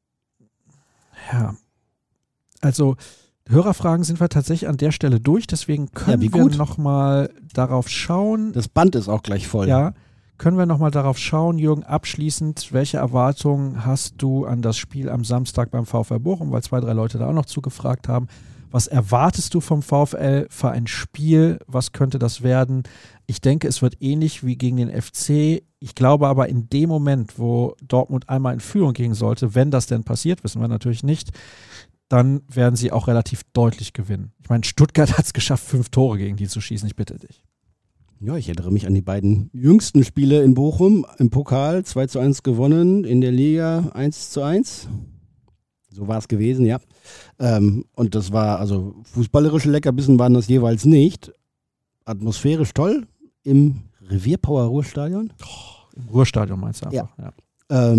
Ja. Also, Hörerfragen sind wir tatsächlich an der Stelle durch, deswegen können wir nochmal darauf schauen. Das Band ist auch gleich voll. Ja, können wir nochmal darauf schauen, Jürgen, abschließend, welche Erwartungen hast du an das Spiel am Samstag beim VfL Bochum, weil 2, 3 Leute da auch noch zugefragt haben. Was erwartest du vom VfL für ein Spiel? Was könnte das werden? Ich denke, es wird ähnlich wie gegen den FC. Ich glaube aber in dem Moment, wo Dortmund einmal in Führung gehen sollte, wenn das denn passiert, wissen wir natürlich nicht, dann werden sie auch relativ deutlich gewinnen. Ich meine, Stuttgart hat es geschafft, 5 Tore gegen die zu schießen. Ich bitte dich. Ja, ich erinnere mich an die beiden jüngsten Spiele in Bochum. Im Pokal 2:1 gewonnen, in der Liga 1:1. So war es gewesen, ja. Und das war, also fußballerische Leckerbissen waren das jeweils nicht. Atmosphärisch toll im Revierpower Ruhrstadion. Im Ruhrstadion meinst du einfach, ja. Weil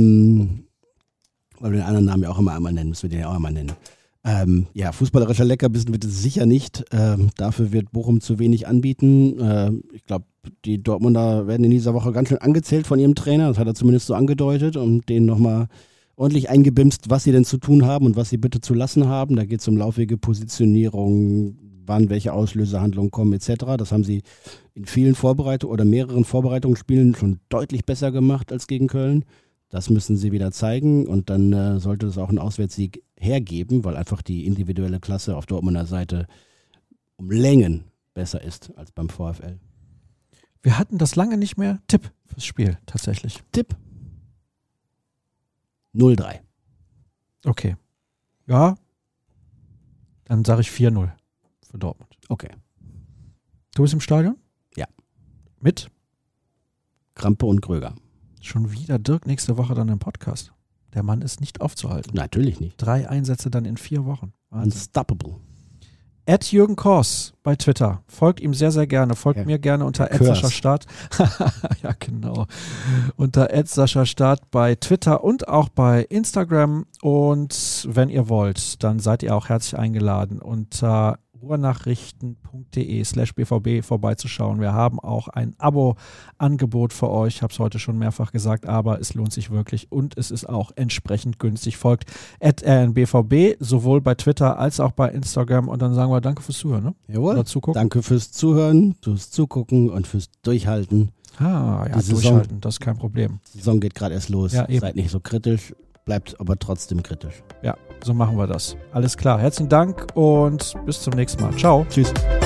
wir den anderen Namen ja auch immer einmal nennen, müssen wir den ja auch einmal nennen. Ja, fußballerischer Leckerbissen wird es sicher nicht. Dafür wird Bochum zu wenig anbieten. Ich glaube, die Dortmunder werden in dieser Woche ganz schön angezählt von ihrem Trainer. Das hat er zumindest so angedeutet und denen nochmal ordentlich eingebimst, was sie denn zu tun haben und was sie bitte zu lassen haben. Da geht es um laufwege Positionierung, wann welche Auslösehandlungen kommen etc. Das haben sie in vielen Vorbereitungen oder mehreren Vorbereitungsspielen schon deutlich besser gemacht als gegen Köln. Das müssen sie wieder zeigen und dann sollte es auch einen Auswärtssieg hergeben, weil einfach die individuelle Klasse auf Dortmunder Seite um Längen besser ist als beim VfL. Wir hatten das lange nicht mehr. Tipp fürs Spiel tatsächlich. Tipp 0:3. Okay. Ja, dann sage ich 4-0 für Dortmund. Okay. Du bist im Stadion? Ja. Mit? Krampe und Kröger. Schon wieder Dirk nächste Woche dann im Podcast. Der Mann ist nicht aufzuhalten. Natürlich nicht. 3 Einsätze dann in 4 Wochen. Wahnsinn. Unstoppable. @Jürgen Kors bei Twitter. Folgt ihm sehr, sehr gerne. Folgt mir gerne unter @SaschaStart. Ja, genau. Unter @SaschaStart bei Twitter und auch bei Instagram. Und wenn ihr wollt, dann seid ihr auch herzlich eingeladen, unter ruhrnachrichten.de/bvb vorbeizuschauen. Wir haben auch ein Abo-Angebot für euch. Ich habe es heute schon mehrfach gesagt, aber es lohnt sich wirklich und es ist auch entsprechend günstig. Folgt @rnbvb, sowohl bei Twitter als auch bei Instagram und dann sagen wir danke fürs Zuhören. Ne? Jawohl. Oder zugucken. Danke fürs Zuhören, fürs Zugucken und fürs Durchhalten. Ja, durchhalten, das ist kein Problem. Die Saison geht gerade erst los. Ja, seid nicht so kritisch, bleibt aber trotzdem kritisch. Ja, so machen wir das. Alles klar. Herzlichen Dank und bis zum nächsten Mal. Ciao. Tschüss.